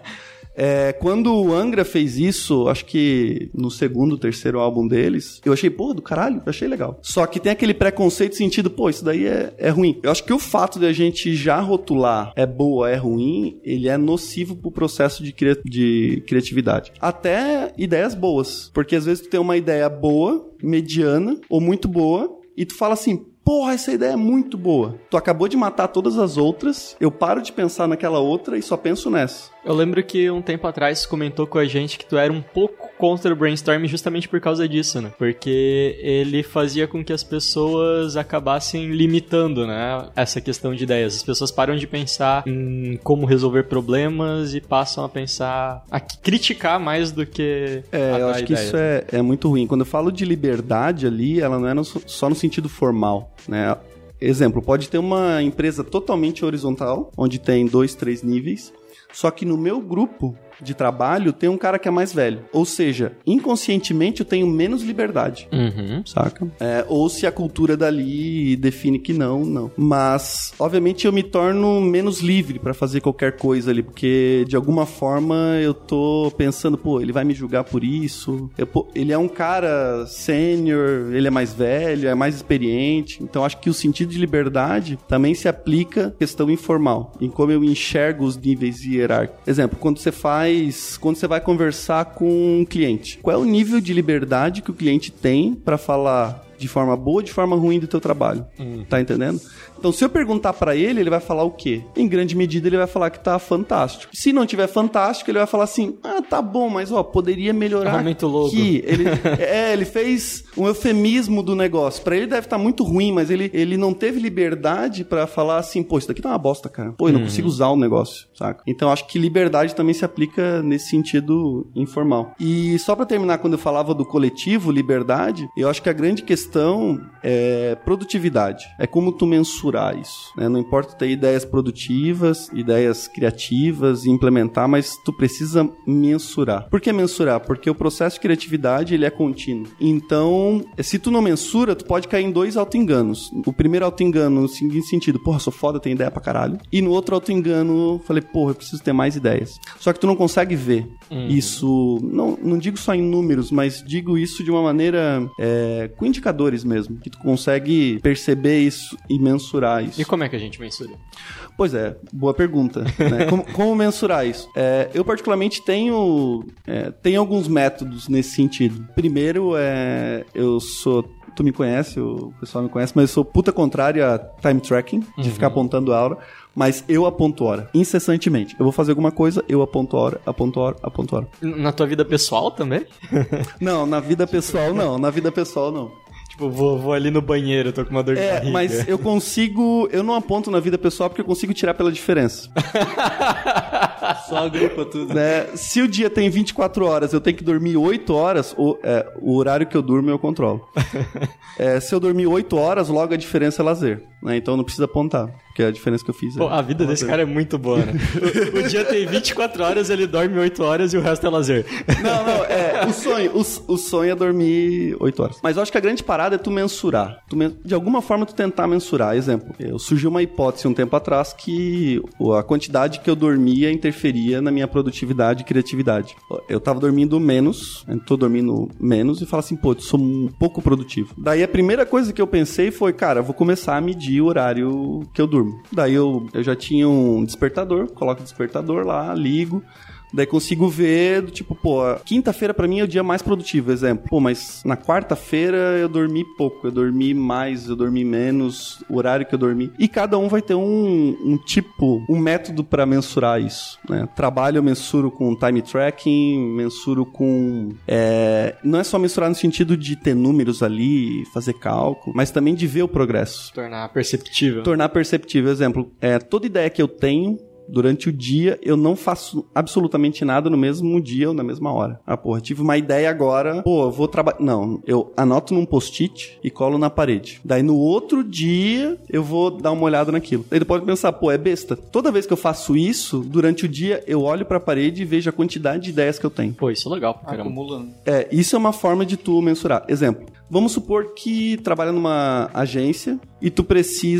Quando o Angra fez isso, acho que no segundo, terceiro álbum deles, eu achei, do caralho, achei legal. Só que tem aquele preconceito sentido, isso daí é ruim. Eu acho que o fato de a gente já rotular é boa, é ruim, ele é nocivo pro processo de criatividade. Até ideias boas. Porque às vezes tu tem uma ideia boa, mediana ou muito boa, e tu fala assim, essa ideia é muito boa. Tu acabou de matar todas as outras, eu paro de pensar naquela outra e só penso nessa. Eu lembro que um tempo atrás comentou com a gente que tu era um pouco contra o brainstorming justamente por causa disso, né? Porque ele fazia com que as pessoas acabassem limitando, né? Essa questão de ideias. As pessoas param de pensar em como resolver problemas e passam a pensar, a criticar mais do que eu acho que isso é muito ruim. Quando eu falo de liberdade ali, ela não é só no sentido formal, né? Exemplo, pode ter uma empresa totalmente horizontal, onde tem 2, 3 níveis, só que no meu grupo de trabalho tem um cara que é mais velho. Ou seja, inconscientemente eu tenho menos liberdade. Saca? Ou se a cultura dali define que não. Mas, obviamente, eu me torno menos livre pra fazer qualquer coisa ali, porque de alguma forma eu tô pensando, ele vai me julgar por isso. Ele é um cara sênior, ele é mais velho, é mais experiente. Então, acho que o sentido de liberdade também se aplica à questão informal, em como eu enxergo os níveis hierárquicos. Exemplo, quando você vai conversar com um cliente, qual é o nível de liberdade que o cliente tem para falar de forma boa, de forma ruim do teu trabalho? Tá entendendo? Então, se eu perguntar pra ele, ele vai falar o quê? Em grande medida, ele vai falar que tá fantástico. Se não tiver fantástico, ele vai falar assim, tá bom, mas poderia melhorar muito louco. Aqui. Ele fez um eufemismo do negócio. Pra ele deve estar muito ruim, mas ele não teve liberdade pra falar assim, isso daqui tá uma bosta, cara. Eu não consigo usar o negócio, saca? Então, acho que liberdade também se aplica nesse sentido informal. E só pra terminar, quando eu falava do coletivo, liberdade, eu acho que a grande questão é produtividade. É como tu mensurar isso, né? Não importa ter ideias produtivas, ideias criativas e implementar, mas tu precisa mensurar. Por que mensurar? Porque o processo de criatividade, ele é contínuo. Então, se tu não mensura, tu pode cair em 2 auto-enganos. O primeiro auto-engano no seguinte sentido, sou foda, tenho ideia pra caralho. E no outro auto-engano, falei, eu preciso ter mais ideias. Só que tu não consegue ver isso, não digo só em números, mas digo isso de uma maneira com indicadores mesmo, que tu consegue perceber isso e mensurar isso. E como é que a gente mensura? Pois é, boa pergunta. Né? Como mensurar isso? Eu particularmente tenho alguns métodos nesse sentido. Primeiro, tu me conhece, o pessoal me conhece, mas eu sou puta contrário a time tracking, de ficar apontando a hora, mas eu aponto hora, incessantemente. Eu vou fazer alguma coisa, eu aponto hora. Na tua vida pessoal também? Não, na vida pessoal não. Vou ali no banheiro, tô com uma dor de barriga. Mas eu não aponto na vida pessoal porque eu consigo tirar pela diferença. Só agrupa tudo. Né? Se o dia tem 24 horas, eu tenho que dormir 8 horas, o horário que eu durmo eu controlo. Se eu dormir 8 horas, logo a diferença é lazer. Né? Então não precisa apontar, porque a diferença que eu fiz Pô, a vida desse cara é muito boa, né? O dia tem 24 horas, ele dorme 8 horas e o resto é lazer. O sonho é dormir 8 horas. Mas eu acho que a grande parada é tu mensurar. De alguma forma tu tentar mensurar. Exemplo, surgiu uma hipótese um tempo atrás que a quantidade que eu dormia interferia na minha produtividade e criatividade. Eu tava dormindo menos, tô dormindo menos e falo assim, pô, eu sou um pouco produtivo. Daí a primeira coisa que eu pensei foi, cara, eu vou começar a medir o horário que eu durmo. Daí eu já tinha um despertador, coloco o despertador lá, ligo. Daí consigo ver, tipo, pô, quinta-feira pra mim é o dia mais produtivo, exemplo. Pô, mas na quarta-feira eu dormi pouco, eu dormi mais, eu dormi menos, o horário que eu dormi. E cada um vai ter um método pra mensurar isso, né? Trabalho eu mensuro com time tracking, mensuro com... não é só mensurar no sentido de ter números ali, fazer cálculo, mas também de ver o progresso. Tornar perceptível. Exemplo, toda ideia que eu tenho, durante o dia, eu não faço absolutamente nada no mesmo dia ou na mesma hora. Tive uma ideia agora, eu vou trabalhar... Não, eu anoto num post-it e colo na parede. Daí no outro dia, eu vou dar uma olhada naquilo. Daí tu pode pensar, é besta. Toda vez que eu faço isso, durante o dia, eu olho pra parede e vejo a quantidade de ideias que eu tenho. Pô, isso é legal, caramba. Acumulando. Isso é uma forma de tu mensurar. Exemplo, vamos supor que trabalha numa agência e tu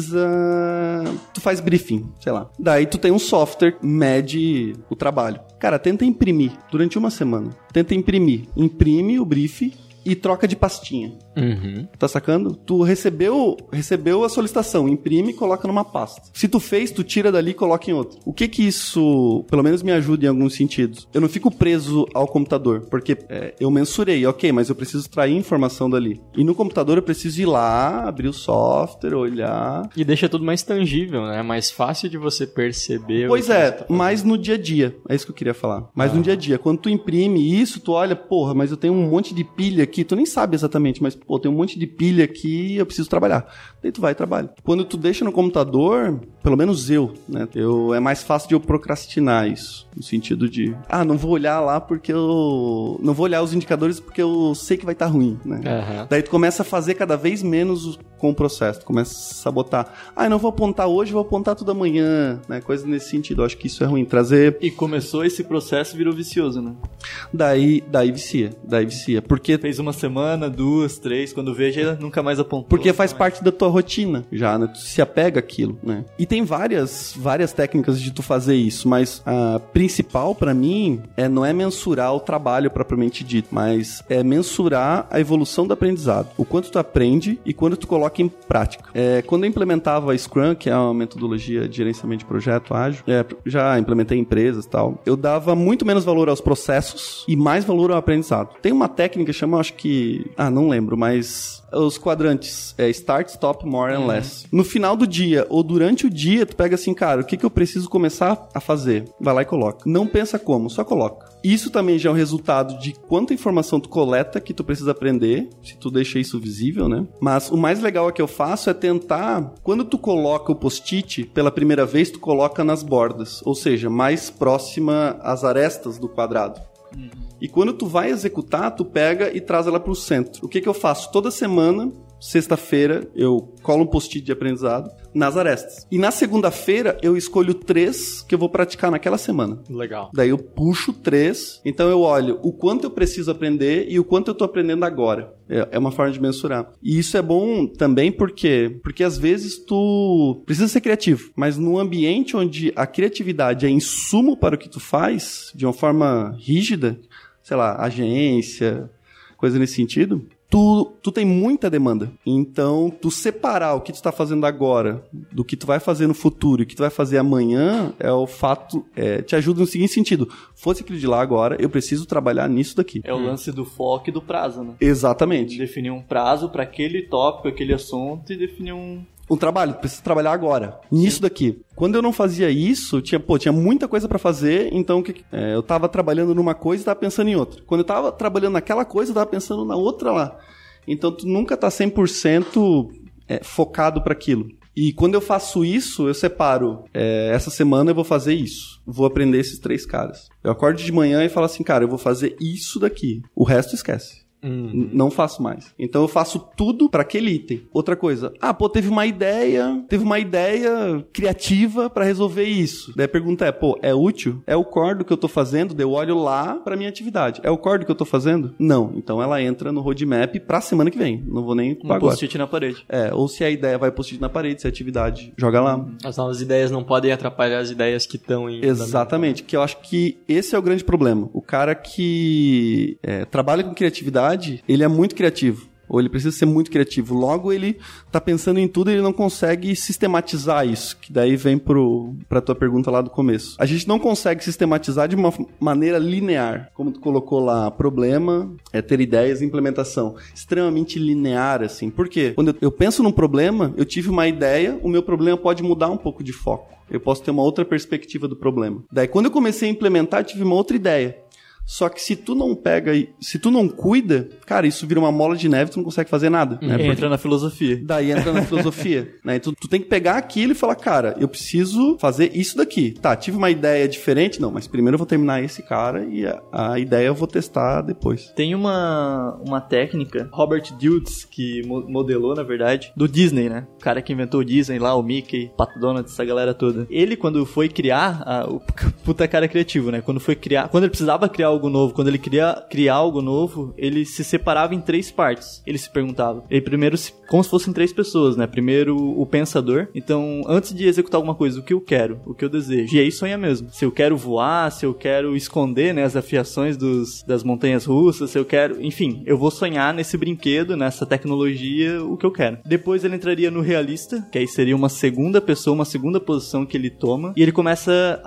faz briefing, sei lá. Daí tu tem um software, mede o trabalho. Cara, tenta imprimir durante uma semana. Imprime o briefing e troca de pastinha. Uhum. Tá sacando? Tu recebeu a solicitação, imprime e coloca numa pasta. Se tu fez, tu tira dali e coloca em outra. O que isso, pelo menos me ajuda em alguns sentidos? Eu não fico preso ao computador, porque eu mensurei, ok, mas eu preciso extrair informação dali. E no computador eu preciso ir lá, abrir o software, olhar... E deixa tudo mais tangível, né? Mais fácil de você perceber. Pois mas no dia a dia. É isso que eu queria falar. Mas no dia a dia. Quando tu imprime isso, tu olha, porra, mas eu tenho um monte de pilha aqui. Tu nem sabe exatamente, mas, tem um monte de pilha aqui e eu preciso trabalhar. Daí tu vai e trabalha. Quando tu deixa no computador, pelo menos né? É mais fácil de eu procrastinar isso. No sentido de, não vou olhar lá porque eu... Não vou olhar os indicadores porque eu sei que vai estar ruim, né? Uhum. Daí tu começa a fazer cada vez menos com o processo. Tu começa a sabotar. Eu não vou apontar hoje, vou apontar tudo amanhã, né? Coisa nesse sentido. Eu acho que isso é ruim. Trazer... E começou esse processo, virou vicioso, né? Daí vicia. Porque... Fez uma semana, 2, 3, quando veja, nunca mais apontou. Porque faz parte da tua rotina já, né? Tu se apega àquilo, né? E tem várias técnicas de tu fazer isso, mas a principal pra mim não é mensurar o trabalho propriamente dito, mas é mensurar a evolução do aprendizado. O quanto tu aprende e quando tu coloca em prática. Quando eu implementava a Scrum, que é uma metodologia de gerenciamento de projeto ágil, já implementei em empresas e tal, eu dava muito menos valor aos processos e mais valor ao aprendizado. Tem uma técnica que chama, acho que... não lembro, mas... Os quadrantes, start, stop, more and less. No final do dia, ou durante o dia, tu pega assim, cara, o que eu preciso começar a fazer? Vai lá e coloca. Não pensa como, só coloca. Isso também já é um resultado de quanta informação tu coleta que tu precisa aprender, se tu deixa isso visível, né? Mas o mais legal que eu faço é tentar, quando tu coloca o post-it, pela primeira vez, tu coloca nas bordas, ou seja, mais próxima às arestas do quadrado. E quando tu vai executar, tu pega e traz ela pro centro. O que eu faço? Toda semana, sexta-feira, eu colo um post-it de aprendizado nas arestas. E na segunda-feira, eu escolho 3 que eu vou praticar naquela semana. Legal. Daí eu puxo 3, então eu olho o quanto eu preciso aprender e o quanto eu tô aprendendo agora. É uma forma de mensurar. E isso é bom também porque às vezes tu precisa ser criativo, mas num ambiente onde a criatividade é insumo para o que tu faz, de uma forma rígida, sei lá, agência, coisa nesse sentido, tu tem muita demanda. Então, tu separar o que tu tá fazendo agora do que tu vai fazer no futuro e o que tu vai fazer amanhã te ajuda no seguinte sentido. Fosse aquilo de lá agora, eu preciso trabalhar nisso daqui. É o lance do foco e do prazo, né? Exatamente. Definir um prazo para aquele tópico, aquele assunto e definir um trabalho, preciso trabalhar agora, nisso daqui. Quando eu não fazia isso, tinha muita coisa pra fazer, então eu tava trabalhando numa coisa e tava pensando em outra. Quando eu tava trabalhando naquela coisa, eu tava pensando na outra lá. Então tu nunca tá 100% focado pra aquilo. E quando eu faço isso, eu separo, essa semana eu vou fazer isso. Vou aprender esses 3 caras. Eu acordo de manhã e falo assim, cara, eu vou fazer isso daqui. O resto esquece. Não faço mais. Então eu faço tudo pra aquele item. Outra coisa, teve uma ideia criativa pra resolver isso. Daí a pergunta é útil? É o core do que eu tô fazendo? Daí eu olho lá pra minha atividade. É o core do que eu tô fazendo? Não. Então ela entra no roadmap pra semana que vem. Não vou nem pra agora. Post-it na parede. Ou se a ideia vai post-it na parede, se a atividade joga lá. As novas ideias não podem atrapalhar as ideias que estão em... Exatamente. Que eu acho que esse é o grande problema. O cara que trabalha com criatividade, ele é muito criativo. Ou ele precisa ser muito criativo. Logo, ele tá pensando em tudo e ele não consegue sistematizar isso. Que daí vem pra tua pergunta lá do começo. A gente não consegue sistematizar de uma maneira linear. Como tu colocou lá, problema, ter ideias e implementação. Extremamente linear, assim. Por quê? Quando eu penso num problema, eu tive uma ideia, o meu problema pode mudar um pouco de foco. Eu posso ter uma outra perspectiva do problema. Daí, quando eu comecei a implementar, eu tive uma outra ideia. Só que se tu não pega, se tu não cuida, cara, isso vira uma mola de neve, tu não consegue fazer nada. Né? Entra na filosofia. Daí entra na filosofia. Né? Então, tu tem que pegar aquilo e falar, cara, eu preciso fazer isso daqui. Tá, tive uma ideia diferente? Não, mas primeiro eu vou terminar esse cara e a ideia eu vou testar depois. Tem uma técnica, Robert Dilts, que modelou, na verdade, do Disney, né? O cara que inventou o Disney lá, o Mickey, Pato Donald, essa galera toda. Ele, quando foi criar, o puta cara criativo, né? Quando ele precisava criar algo novo, quando ele queria criar algo novo, ele se separava em 3 partes. Ele se perguntava. Ele primeiro, como se fossem 3 pessoas, né? Primeiro, o pensador. Então, antes de executar alguma coisa, o que eu quero, o que eu desejo. E aí sonha mesmo. Se eu quero voar, se eu quero esconder, né, as afiações das montanhas russas, se eu quero... Enfim, eu vou sonhar nesse brinquedo, nessa tecnologia, o que eu quero. Depois ele entraria no realista, que aí seria uma segunda pessoa, uma segunda posição que ele toma. E ele começa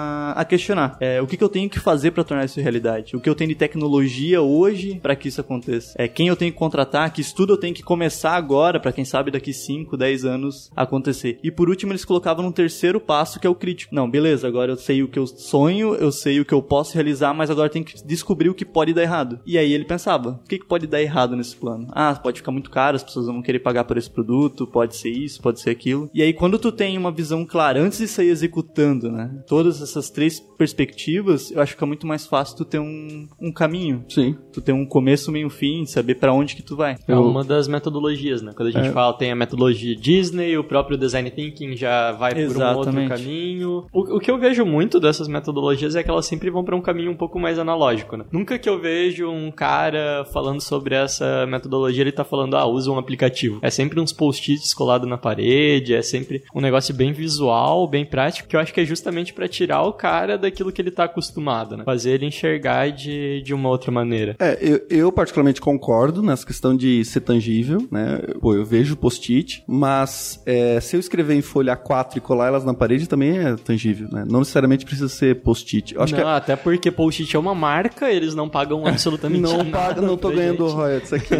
a questionar. O que eu tenho que fazer pra tornar isso realidade? O que eu tenho de tecnologia hoje para que isso aconteça? Quem eu tenho que contratar? Que estudo eu tenho que começar agora para quem sabe daqui 5, 10 anos acontecer? E por último eles colocavam num terceiro passo que é o crítico. Não, beleza, agora eu sei o que eu sonho, eu sei o que eu posso realizar, mas agora eu tenho que descobrir o que pode dar errado. E aí ele pensava, o que pode dar errado nesse plano? Pode ficar muito caro, as pessoas vão querer pagar por esse produto, pode ser isso, pode ser aquilo. E aí quando tu tem uma visão clara, antes de sair executando, né, todas essas 3 perspectivas, eu acho que fica muito mais fácil tu ter um caminho. Sim. Tu ter um começo, meio, fim, saber pra onde que tu vai. É uma das metodologias, né? Quando a gente fala, tem a metodologia Disney, o próprio Design Thinking já vai por um outro caminho. O que eu vejo muito dessas metodologias é que elas sempre vão pra um caminho um pouco mais analógico, né? Nunca que eu vejo um cara falando sobre essa metodologia, ele tá falando, usa um aplicativo. É sempre uns post-its colados na parede, é sempre um negócio bem visual, bem prático, que eu acho que é justamente pra tirar o cara daquilo que ele tá acostumado, né? Fazer ele enxergar de uma outra maneira. Eu particularmente concordo nessa questão de ser tangível, né? Eu vejo post-it, mas se eu escrever em folha A4 e colar elas na parede também é tangível, né? Não necessariamente precisa ser post-it. Até porque post-it é uma marca, eles não pagam absolutamente nada. Não tô ganhando royalties aqui.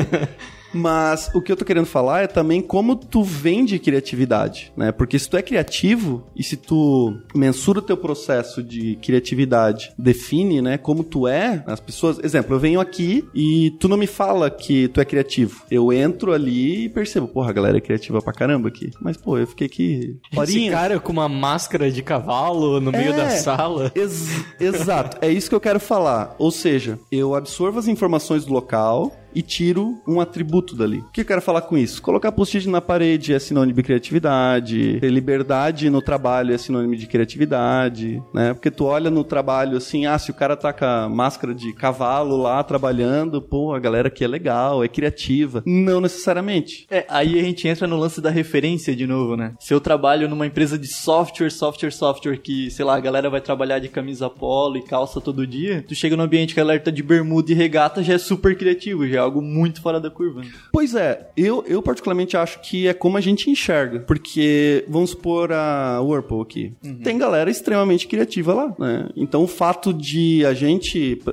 Mas o que eu tô querendo falar é também como tu vende criatividade, né? Porque se tu é criativo e se tu mensura o teu processo de criatividade, define, né, como tu é, as pessoas... Exemplo, eu venho aqui e tu não me fala que tu é criativo. Eu entro ali e percebo, porra, a galera é criativa pra caramba aqui. Mas, eu fiquei aqui... Esse cara com uma máscara de cavalo no meio da sala. Exato, é isso que eu quero falar. Ou seja, eu absorvo as informações do local... e tiro um atributo dali. O que eu quero falar com isso? Colocar post-it na parede é sinônimo de criatividade, ter liberdade no trabalho é sinônimo de criatividade, né? Porque tu olha no trabalho assim, se o cara tá com a máscara de cavalo lá trabalhando, a galera aqui é legal, é criativa. Não necessariamente. Aí a gente entra no lance da referência de novo, né? Se eu trabalho numa empresa de software que, sei lá, a galera vai trabalhar de camisa polo e calça todo dia, tu chega no ambiente que a galera tá de bermuda e regata, já é super criativo, já é algo muito fora da curva. Pois é, eu particularmente acho que é como a gente enxerga, porque vamos supor a Whirlpool aqui. Tem galera extremamente criativa lá, né? Então o fato de a gente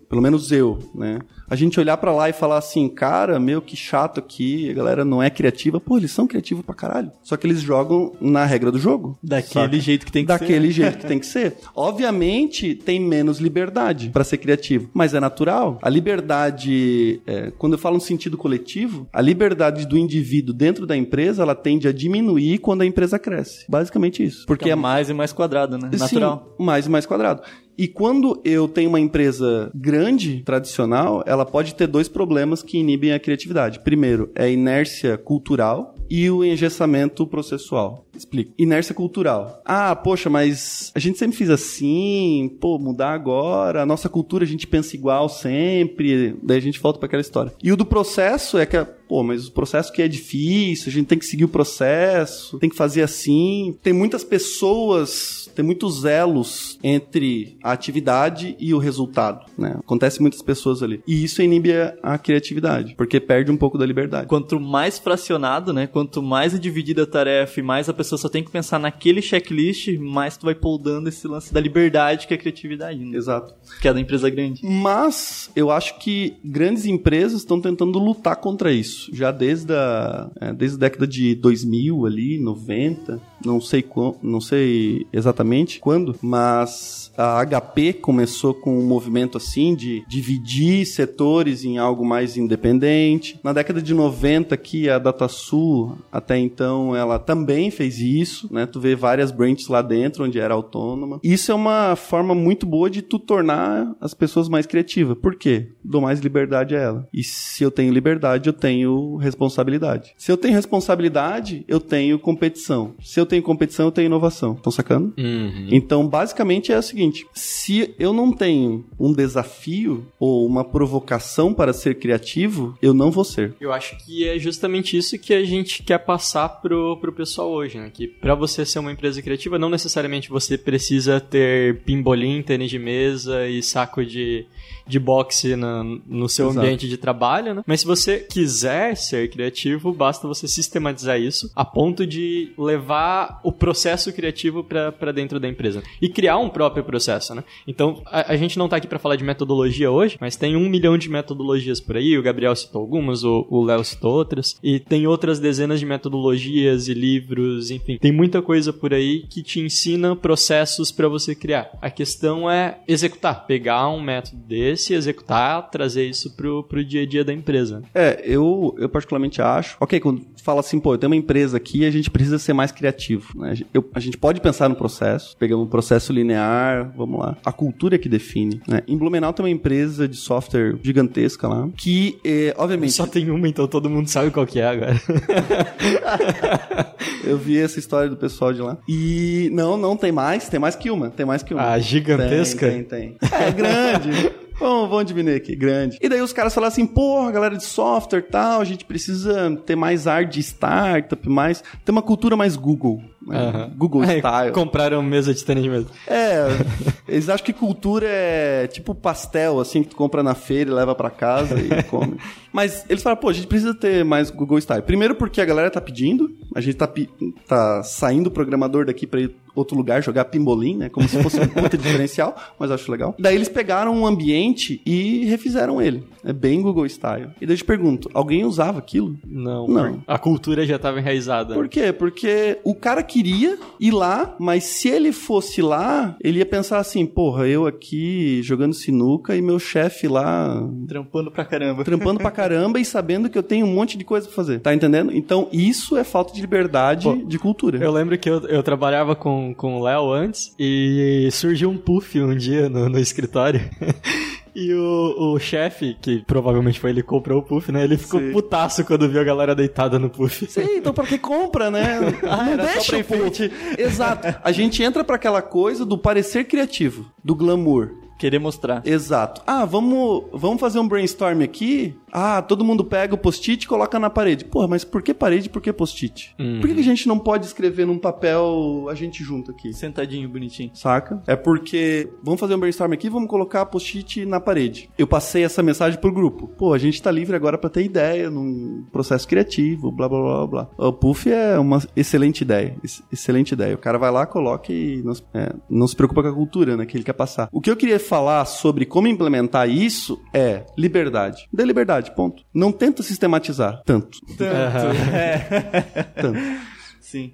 pelo menos eu, né? A gente olhar pra lá e falar assim, cara, meu, que chato aqui, a galera não é criativa. Pô, eles são criativos pra caralho. Só que eles jogam na regra do jogo. Daquele jeito que tem que ser. Daquele jeito que tem que ser. Obviamente, tem menos liberdade pra ser criativo, mas é natural. A liberdade, quando eu falo no sentido coletivo, a liberdade do indivíduo dentro da empresa, ela tende a diminuir quando a empresa cresce. Basicamente isso. Porque é mais e mais quadrado, né? Natural. Sim, mais e mais quadrado. E quando eu tenho uma empresa grande, tradicional, ela pode ter dois problemas que inibem a criatividade. Primeiro, é a inércia cultural e o engessamento processual. Explico. Inércia cultural. Ah, poxa, mas a gente sempre fez assim, pô, mudar agora, a nossa cultura a gente pensa igual sempre, daí a gente volta para aquela história. E o do processo é que, pô, mas o processo que é difícil, a gente tem que seguir o processo, tem que fazer assim. Tem muitas pessoas, tem muitos elos entre a atividade e o resultado, né? Acontece muitas pessoas ali. E isso inibe a criatividade, porque perde um pouco da liberdade. Quanto mais fracionado, né? Quanto mais é dividida a tarefa e mais a pessoa só tem que pensar naquele checklist, mais tu vai poldando esse lance da liberdade que é a criatividade, né? Exato. Que é da empresa grande. Mas eu acho que grandes empresas estão tentando lutar contra isso. Já desde a década de 2000 ali, 90, não sei exatamente quando, mas a HP começou com um movimento assim de dividir setores em algo mais independente. Na década de 90 aqui, a DataSul, até então, ela também fez isso, né? Tu vê várias branches lá dentro, onde era autônoma. Isso é uma forma muito boa de tu tornar as pessoas mais criativas. Por quê? Dou mais liberdade a ela. E se eu tenho liberdade, eu tenho responsabilidade. Se eu tenho responsabilidade, eu tenho competição. Se eu tenho competição, eu tenho inovação. Estão sacando? Uhum. Então, basicamente é o seguinte, se eu não tenho um desafio ou uma provocação para ser criativo, eu não vou ser. Eu acho que é justamente isso que a gente quer passar pro pessoal hoje, né? Que pra você ser uma empresa criativa, não necessariamente você precisa ter pimbolim, tênis de mesa e saco de boxe no seu Exato. ambiente de trabalho, né? Mas se você quiser ser criativo, basta você sistematizar isso a ponto de levar o processo criativo pra dentro da empresa. E criar um próprio processo, né? Então, a gente não tá aqui pra falar de metodologia hoje, mas tem 1 milhão de metodologias por aí, o Gabriel citou algumas, o Léo citou outras, e tem outras dezenas de metodologias e livros, enfim. Tem muita coisa por aí que te ensina processos pra você criar. A questão é executar, pegar um método desse, executar, trazer isso pro dia a dia da empresa. Eu particularmente acho, quando fala assim, pô, eu tenho uma empresa aqui e a gente precisa ser mais criativo, né? A gente pode pensar no processo, pegamos um processo linear, vamos lá. A cultura é que define, né? Em Blumenau tem uma empresa de software gigantesca lá, que, obviamente... Só tem uma, então todo mundo sabe qual que é agora. Eu vi essa história do pessoal de lá. E não, tem mais que uma. Ah, gigantesca? Tem. É grande. Vamos diminuir aqui, grande. E daí os caras falaram assim, porra, galera de software e tal, a gente precisa ter mais ar de startup, ter uma cultura mais Google. Né? Google style. Compraram mesa de tênis mesmo. Eles acham que cultura é tipo pastel, assim, que tu compra na feira e leva pra casa e come. Mas eles falaram, pô, a gente precisa ter mais Google style. Primeiro porque a galera tá pedindo, a gente tá saindo o programador daqui pra ir outro lugar jogar pimbolim, né? Como se fosse um puta diferencial, mas eu acho legal. Daí eles pegaram um ambiente e refizeram ele. É bem Google style. E daí eu te pergunto, alguém usava aquilo? Não. A cultura já estava enraizada. Por quê? Porque o cara queria ir lá, mas se ele fosse lá, ele ia pensar assim, porra, eu aqui jogando sinuca e meu chefe lá... Trampando pra caramba. E sabendo que eu tenho um monte de coisa pra fazer. Tá entendendo? Então, isso é falta de liberdade de cultura. Eu lembro que eu trabalhava com o Léo antes e surgiu um puff um dia no escritório. E o chefe, que provavelmente foi ele que comprou o puff, né? Ele ficou putaço quando viu a galera deitada no puff. Sim, então pra que compra, né? Não deixa o puff. Exato. A gente entra pra aquela coisa do parecer criativo, do glamour. Querer mostrar. Exato. Vamos fazer um brainstorm aqui. todo mundo pega o post-it e coloca na parede. Porra, mas por que parede e por que post-it? Por que a gente não pode escrever num papel a gente junto aqui? Sentadinho, bonitinho. Saca? É porque, vamos fazer um brainstorm aqui, vamos colocar post-it na parede. Eu passei essa mensagem pro grupo. Pô, a gente tá livre agora pra ter ideia num processo criativo, blá, blá, blá, blá. O Puff é uma excelente ideia. Excelente ideia. O cara vai lá, coloca e não se preocupa com a cultura, né, que ele quer passar. O que eu queria falar sobre como implementar isso é liberdade. Dê liberdade, ponto. Não tenta sistematizar tanto. Tanto. Sim.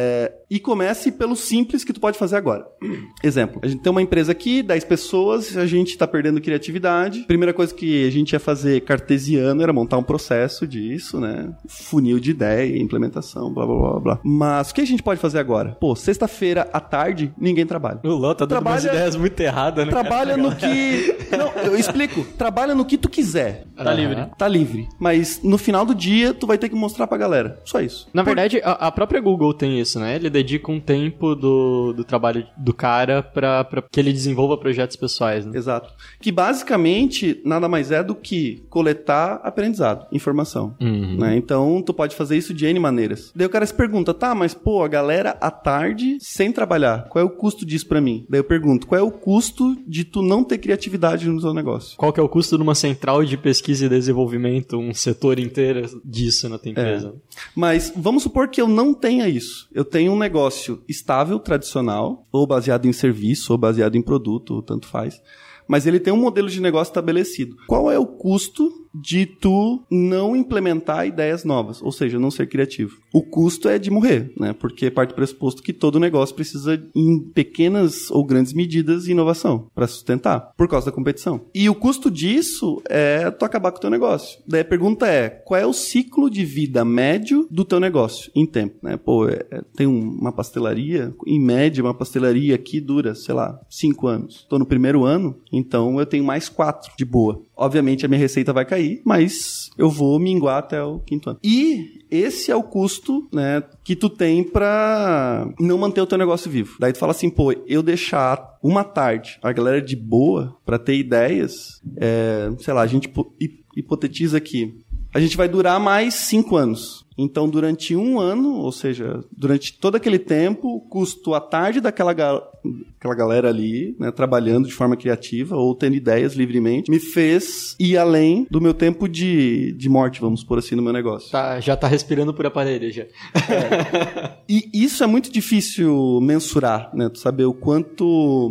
E comece pelo simples que tu pode fazer agora. Exemplo, a gente tem uma empresa aqui, 10 pessoas, a gente tá perdendo criatividade. Primeira coisa que a gente ia fazer cartesiano era montar um processo disso, né? Funil de ideia, implementação, blá, blá, blá, blá. Mas o que a gente pode fazer agora? Pô, sexta-feira à tarde, ninguém trabalha. O Ló tá dando umas ideias muito erradas, né? Trabalha no que... Não, eu explico. Trabalha no que tu quiser. Tá livre. Tá livre. Mas no final do dia, tu vai ter que mostrar pra galera. Só isso. Na verdade, a própria Google tem isso, né? Ele dedica um tempo do trabalho do cara pra que ele desenvolva projetos pessoais, né? Exato. Que basicamente nada mais é do que coletar aprendizado, informação. Né? Então, tu pode fazer isso de N maneiras. Daí o cara se pergunta, tá, mas pô, a galera à tarde sem trabalhar, qual é o custo disso pra mim? Daí eu pergunto, qual é o custo de tu não ter criatividade no seu negócio? Qual que é o custo de uma central de pesquisa e desenvolvimento, um setor inteiro disso na tua empresa? Mas vamos supor que eu não tenha isso. Eu tenho um negócio estável, tradicional, ou baseado em serviço, ou baseado em produto, ou tanto faz. Mas ele tem um modelo de negócio estabelecido. Qual é o custo de tu não implementar ideias novas? Ou seja, não ser criativo. O custo é de morrer, né? Porque parte do pressuposto que todo negócio precisa, em pequenas ou grandes medidas, de inovação para sustentar, por causa da competição. E o custo disso é tu acabar com o teu negócio. Daí a pergunta é, qual é o ciclo de vida médio do teu negócio em tempo, né? Pô, tem uma pastelaria, em média, uma pastelaria aqui dura, sei lá, 5 anos. Tô no primeiro ano, então eu tenho mais 4 de boa. Obviamente a minha receita vai cair, mas eu vou minguar até o 5º ano. E esse é o custo, né, que tu tem pra não manter o teu negócio vivo. Daí tu fala assim, pô, eu deixar uma tarde a galera de boa pra ter ideias, sei lá, a gente hipotetiza aqui, a gente vai durar mais 5 anos. Então, durante 1 ano, ou seja, durante todo aquele tempo, o custo à tarde daquela galera ali, né, trabalhando de forma criativa ou tendo ideias livremente, me fez ir além do meu tempo de morte, vamos pôr assim, no meu negócio. Já tá respirando por aparelho, já. E isso é muito difícil mensurar, né? Tu saber o quanto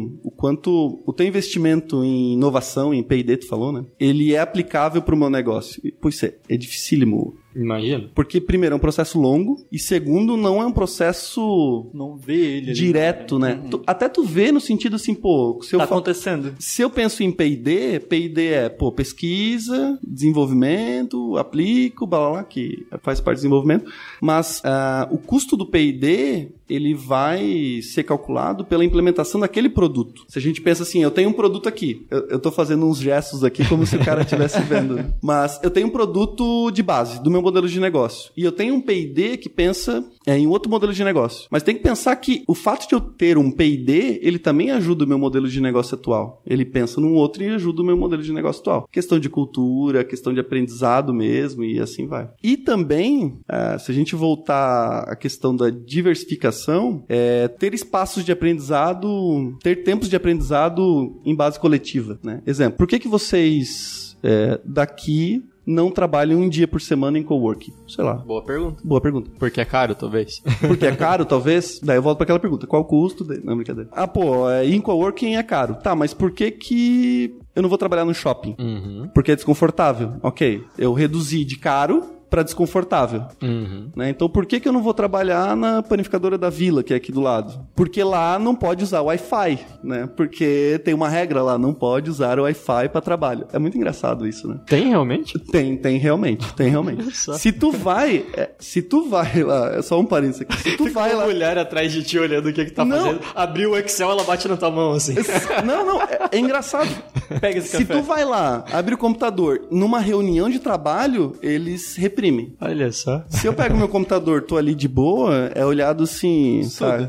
o teu investimento em inovação, em P&D, tu falou, né? Ele é aplicável pro meu negócio. Pois é dificílimo. Imagina. Porque, primeiro, é um processo longo e, segundo, não é um processo não vê ele direto, né? Até tu vê no sentido assim, pô... acontecendo. Se eu penso em P&D é, pô, pesquisa, desenvolvimento, aplico, blá, blá, blá, que faz parte do desenvolvimento. Mas o custo do P&D, ele vai ser calculado pela implementação daquele produto. Se a gente pensa assim, eu tenho um produto aqui. Eu tô fazendo uns gestos aqui como se o cara estivesse vendo. Mas eu tenho um produto de base do meu modelo de negócio. E eu tenho um P&D que pensa em outro modelo de negócio. Mas tem que pensar que o fato de eu ter um P&D, ele também ajuda o meu modelo de negócio atual. Ele pensa num outro e ajuda o meu modelo de negócio atual. Questão de cultura, questão de aprendizado mesmo, e assim vai. E também, se a gente voltar à questão da diversificação, ter espaços de aprendizado, ter tempos de aprendizado em base coletiva, né? Exemplo, por que vocês daqui não trabalham um dia por semana em coworking? Sei lá. Boa pergunta. Porque é caro, talvez. Porque é caro, talvez? Daí eu volto pra aquela pergunta. Qual o custo? Não, brincadeira. Ir em coworking é caro. Tá, mas por que eu não vou trabalhar no shopping? Porque é desconfortável. Ok. Eu reduzi de caro para desconfortável. Né? Então, por que eu não vou trabalhar na panificadora da Vila, que é aqui do lado? Porque lá não pode usar Wi-Fi, né? Porque tem uma regra lá, não pode usar o Wi-Fi para trabalho. É muito engraçado isso, né? Tem realmente? Tem realmente. Se tu vai lá, é só um parênteses aqui. Se tu vai lá... mulher atrás de ti olhando o que tá fazendo, abriu o Excel, ela bate na tua mão, assim. Não, é engraçado. Pega esse Se café. tu vai lá, abre o computador, numa reunião de trabalho, eles reprimem. Olha só. Se eu pego meu computador, tô ali de boa, é olhado assim, sabe?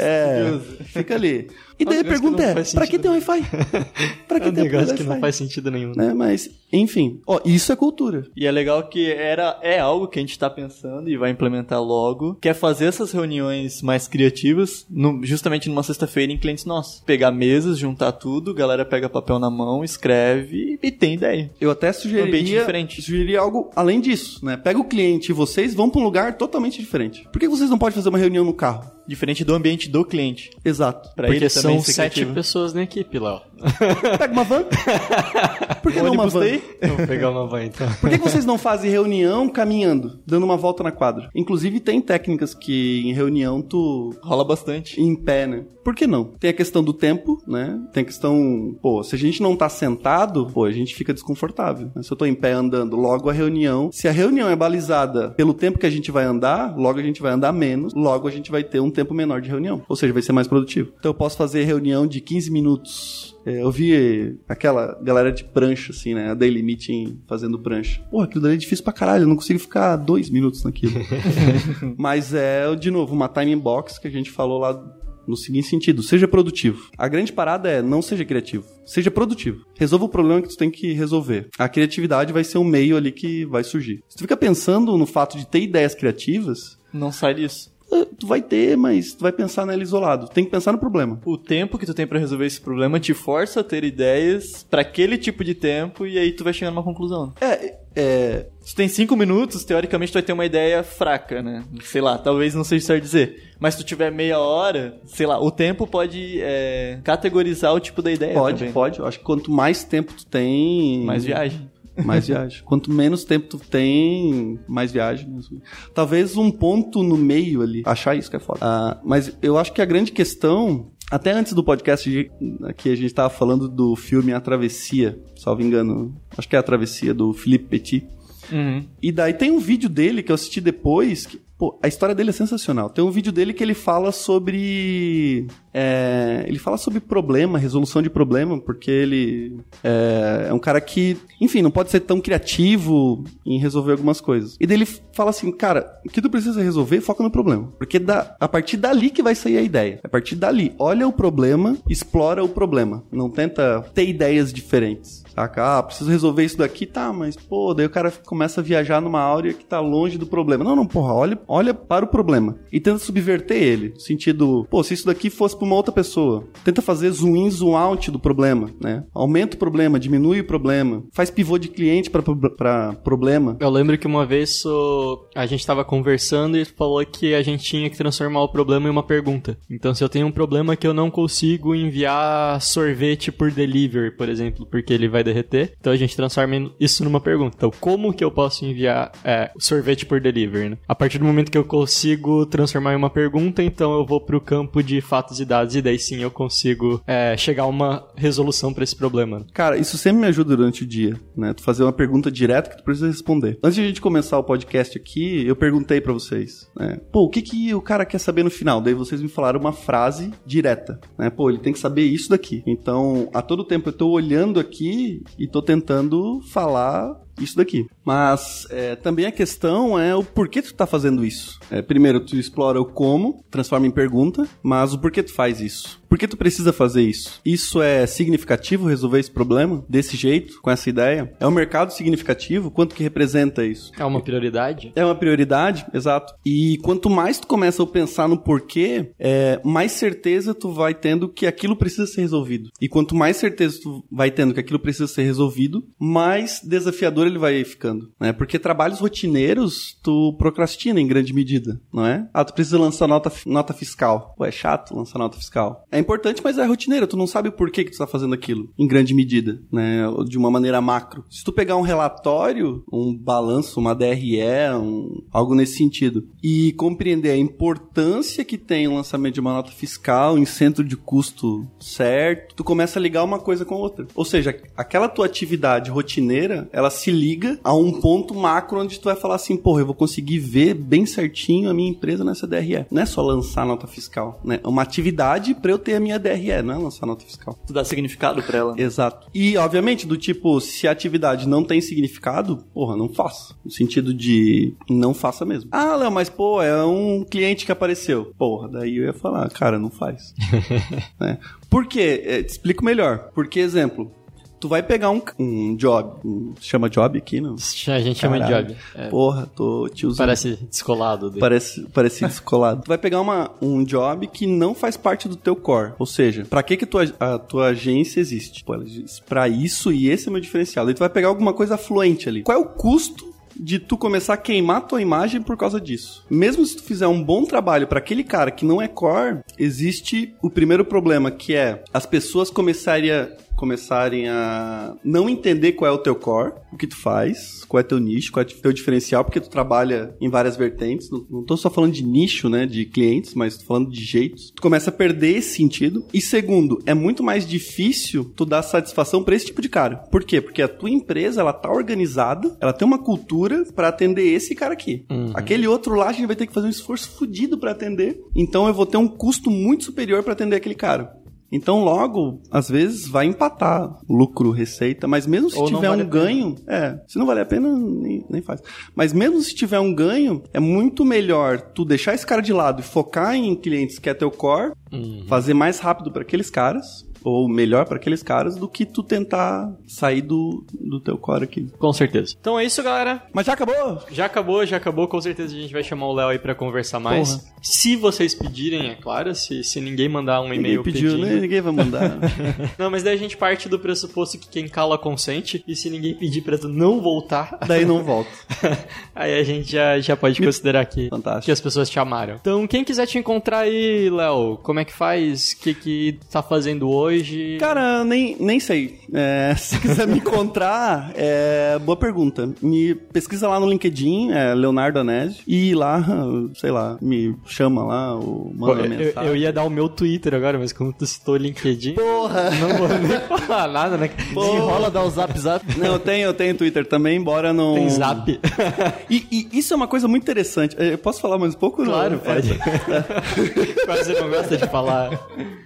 Fica ali. E daí a pergunta é, pra que tem Wi-Fi? Pra que É um tem negócio Wi-Fi? que não faz sentido nenhum. Né? Mas, enfim. Ó, isso é cultura. E é legal que é algo que a gente tá pensando e vai implementar logo, que é fazer essas reuniões mais criativas, justamente numa sexta-feira em clientes nossos. Pegar mesas, juntar tudo, galera pega papel na mão, escreve e tem ideia. Eu até Ambiente diferente. sugeriria algo além disso, né? Pega o cliente e vocês vão pra um lugar totalmente diferente. Por que vocês não podem fazer uma reunião no carro? Diferente do ambiente do cliente. Exato. Pra Porque ele também são ser 7 criativo. pessoas na equipe, Léo. Pega uma van. Por que não uma van? Vou pegar uma van, então. Por que vocês não fazem reunião caminhando, dando uma volta na quadra? Inclusive tem técnicas que em reunião tu Rola bastante. em pé, né? Por que não? Tem a questão do tempo, né? Tem a questão, se a gente não tá sentado, a gente fica desconfortável. Se eu tô em pé andando, logo a reunião, se a reunião é balizada pelo tempo que a gente vai andar, logo a gente vai andar menos, logo a gente vai ter um tempo menor de reunião. Ou seja, vai ser mais produtivo. Então eu posso fazer reunião de 15 minutos. Eu vi aquela galera de prancha, assim, né? A Daily Meeting fazendo prancha. Aquilo daí é difícil pra caralho. Eu não consigo ficar 2 minutos naquilo. Mas de novo, uma time box que a gente falou lá no seguinte sentido. Seja produtivo. A grande parada é não seja criativo. Seja produtivo. Resolva o problema que tu tem que resolver. A criatividade vai ser um meio ali que vai surgir. Se tu fica pensando no fato de ter ideias criativas... Não sai disso. Tu vai ter, mas tu vai pensar nela isolado. Tem que pensar no problema. O tempo que tu tem pra resolver esse problema te força a ter ideias pra aquele tipo de tempo e aí tu vai chegar numa conclusão. Se tu tem 5 minutos, teoricamente tu vai ter uma ideia fraca, né? Sei lá, talvez não seja certo dizer. Mas se tu tiver meia hora, sei lá, o tempo pode categorizar o tipo da ideia também. Pode. Eu acho que quanto mais tempo tu tem... Mais viagem. Mais viagem. Quanto menos tempo tu tem, mais viagem. Talvez um ponto no meio ali. Achar isso que é foda. Mas eu acho que a grande questão... Até antes do podcast aqui a gente tava falando do filme A Travessia. Salvo engano. Acho que é A Travessia, do Philippe Petit. Uhum. E daí tem um vídeo dele que eu assisti depois... a história dele é sensacional. Tem um vídeo dele que ele fala sobre... ele fala sobre problema, resolução de problema, porque ele é um cara que, enfim, não pode ser tão criativo em resolver algumas coisas. E daí ele fala assim, cara, o que tu precisa resolver, foca no problema. Porque a partir dali que vai sair a ideia. A partir dali, olha o problema, explora o problema. Não tenta ter ideias diferentes. Saca? Preciso resolver isso daqui, tá, mas, daí o cara começa a viajar numa área que tá longe do problema. Não, olha para o problema e tenta subverter ele. No sentido, se isso daqui fosse pra uma outra pessoa, tenta fazer zoom in, zoom out do problema, né? Aumenta o problema, diminui o problema, faz pivô de cliente pra problema. Eu lembro que uma vez a gente tava conversando e falou que a gente tinha que transformar o problema em uma pergunta. Então, se eu tenho um problema que eu não consigo enviar sorvete por delivery, por exemplo, porque ele vai derreter, então a gente transforma isso numa pergunta. Então, como que eu posso enviar sorvete por delivery, né? A partir do momento que eu consigo transformar em uma pergunta, então eu vou pro campo de fatos e dados e daí sim eu consigo chegar a uma resolução pra esse problema. Cara, isso sempre me ajuda durante o dia, né? Tu fazer uma pergunta direta que tu precisa responder. Antes de a gente começar o podcast aqui, eu perguntei pra vocês, né? O que o cara quer saber no final? Daí vocês me falaram uma frase direta, né? Ele tem que saber isso daqui. Então, a todo tempo eu tô olhando aqui e tô tentando falar isso daqui. Mas também a questão é o porquê tu tá fazendo isso. Primeiro, tu explora o como, transforma em pergunta, mas o porquê tu faz isso. Por que tu precisa fazer isso? Isso é significativo resolver esse problema? Desse jeito? Com essa ideia? É um mercado significativo? Quanto que representa isso? É uma prioridade? É uma prioridade, exato. E quanto mais tu começa a pensar no porquê, mais certeza tu vai tendo que aquilo precisa ser resolvido. E quanto mais certeza tu vai tendo que aquilo precisa ser resolvido, mais desafiador ele vai ficando, né? Porque trabalhos rotineiros tu procrastina em grande medida, não é? Tu precisa lançar nota fiscal. É chato lançar nota fiscal. É importante, mas é rotineiro. Tu não sabe o porquê que tu tá fazendo aquilo, em grande medida, né? De uma maneira macro. Se tu pegar um relatório, um balanço, uma DRE, algo nesse sentido, e compreender a importância que tem o lançamento de uma nota fiscal em centro de custo certo, tu começa a ligar uma coisa com a outra. Ou seja, aquela tua atividade rotineira, ela se liga a um ponto macro onde tu vai falar assim, eu vou conseguir ver bem certinho a minha empresa nessa DRE. Não é só lançar nota fiscal, né? É uma atividade para eu ter é a minha DRE, não é lançar nota fiscal. Tu dá significado pra ela. Exato. E, obviamente, do tipo, se a atividade não tem significado, porra, não faça. No sentido de não faça mesmo. Ah, Léo, mas, pô, é um cliente que apareceu. Porra, daí eu ia falar, cara, não faz. Né? Por quê? Te explico melhor. Porque, exemplo, tu vai pegar um job, chama job aqui, não? A gente chama de job. Porra, tô te usando. Parece descolado. Dele. Parece descolado. Tu vai pegar um job que não faz parte do teu core. Ou seja, pra que a tua agência existe? Pô, ela existe pra isso e esse é o meu diferencial. Aí tu vai pegar alguma coisa fluente ali. Qual é o custo de tu começar a queimar tua imagem por causa disso? Mesmo se tu fizer um bom trabalho pra aquele cara que não é core, existe o primeiro problema, que é as pessoas começarem a não entender qual é o teu core, o que tu faz, qual é teu nicho, qual é teu diferencial, porque tu trabalha em várias vertentes. Não tô só falando de nicho, né, de clientes, mas tô falando de jeitos. Tu começa a perder esse sentido. E segundo, é muito mais difícil tu dar satisfação pra esse tipo de cara. Por quê? Porque a tua empresa, ela tá organizada, ela tem uma cultura pra atender esse cara aqui. Aquele outro lá, a gente vai ter que fazer um esforço fodido pra atender. Então eu vou ter um custo muito superior pra atender aquele cara. Então, logo, às vezes, vai empatar lucro, receita, mas mesmo se tiver um ganho... se não vale a pena, nem faz. Mas mesmo se tiver um ganho, é muito melhor tu deixar esse cara de lado e focar em clientes que é teu core, fazer mais rápido para aqueles caras, ou melhor para aqueles caras, do que tu tentar sair do teu core aqui. Com certeza. Então é isso, galera. Mas já acabou? Já acabou. Com certeza a gente vai chamar o Léo aí pra conversar mais. Porra. Se vocês pedirem, é claro. Se ninguém mandar um e-mail pedindo. Ninguém vai mandar. Não, mas daí a gente parte do pressuposto que quem cala consente. E se ninguém pedir pra tu não voltar... Daí não volta. Aí a gente já pode considerar que as pessoas te amaram. Então, quem quiser te encontrar aí, Léo, como é que faz? O que tá fazendo hoje? Cara, nem sei. Se quiser me encontrar, boa pergunta. Me pesquisa lá no LinkedIn, Leonardo Anésio, e lá, sei lá, me chama lá ou manda mensagem. Eu ia dar o meu Twitter agora, mas como tu citou o LinkedIn... Porra! Não vou nem falar nada, né? Desenrola, dá o zap. Não, eu tenho Twitter também, embora não... Tem zap. E isso é uma coisa muito interessante. Eu posso falar mais um pouco? Claro, pode. Quase não gosta de falar...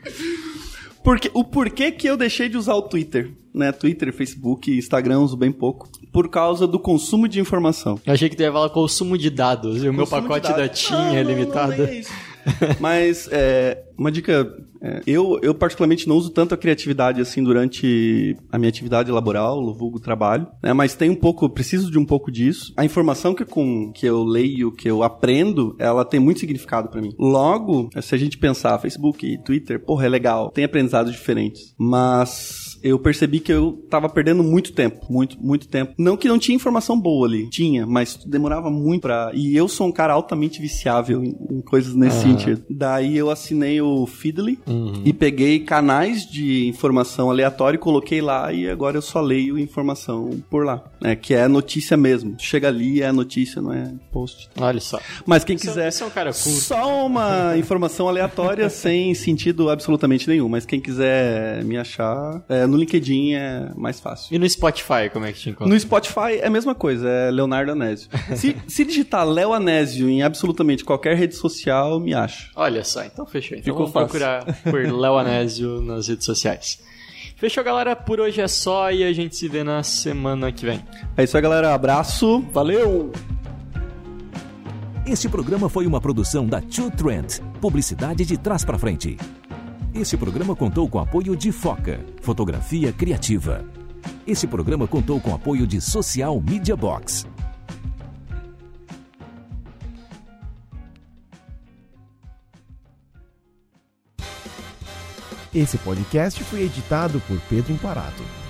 O porquê que eu deixei de usar o Twitter, né? Twitter, Facebook, Instagram uso bem pouco. Por causa do consumo de informação. Eu achei que tu ia falar consumo de dados. E o meu pacote da TIM é limitado. Não é isso. Mas, uma dica... Eu particularmente não uso tanto a criatividade assim durante a minha atividade laboral, o vulgo trabalho, né? Mas preciso de um pouco disso. A informação que eu leio, que eu aprendo, ela tem muito significado pra mim. Logo, se a gente pensar Facebook, Twitter, porra, é legal, tem aprendizados diferentes. Mas eu percebi que eu tava perdendo muito tempo, muito tempo. Não que não tinha informação boa ali, tinha, mas demorava muito pra... E eu sou um cara altamente viciável em coisas nesse sentido. Daí eu assinei o Feedly e peguei canais de informação aleatória e coloquei lá, e agora eu só leio informação por lá, né? Que é notícia mesmo. Chega ali, é notícia, não é post. Olha só. Mas quem quiser... Você é um cara cool. Só uma informação aleatória sem sentido absolutamente nenhum, mas quem quiser me achar... no LinkedIn é mais fácil. E no Spotify, como é que te encontra? No Spotify é a mesma coisa, é Leonardo Anésio. Se digitar Léo Anésio em absolutamente qualquer rede social, me acha. Olha só, então fechou. Então vamos procurar por Léo Anésio nas redes sociais. Fechou, galera? Por hoje é só e a gente se vê na semana que vem. É isso aí, galera. Abraço. Valeu! Este programa foi uma produção da Two Trend, publicidade de trás para frente. Este programa contou com apoio de Foca, fotografia criativa. Este programa contou com apoio de Social Media Box. Esse podcast foi editado por Pedro Imparato.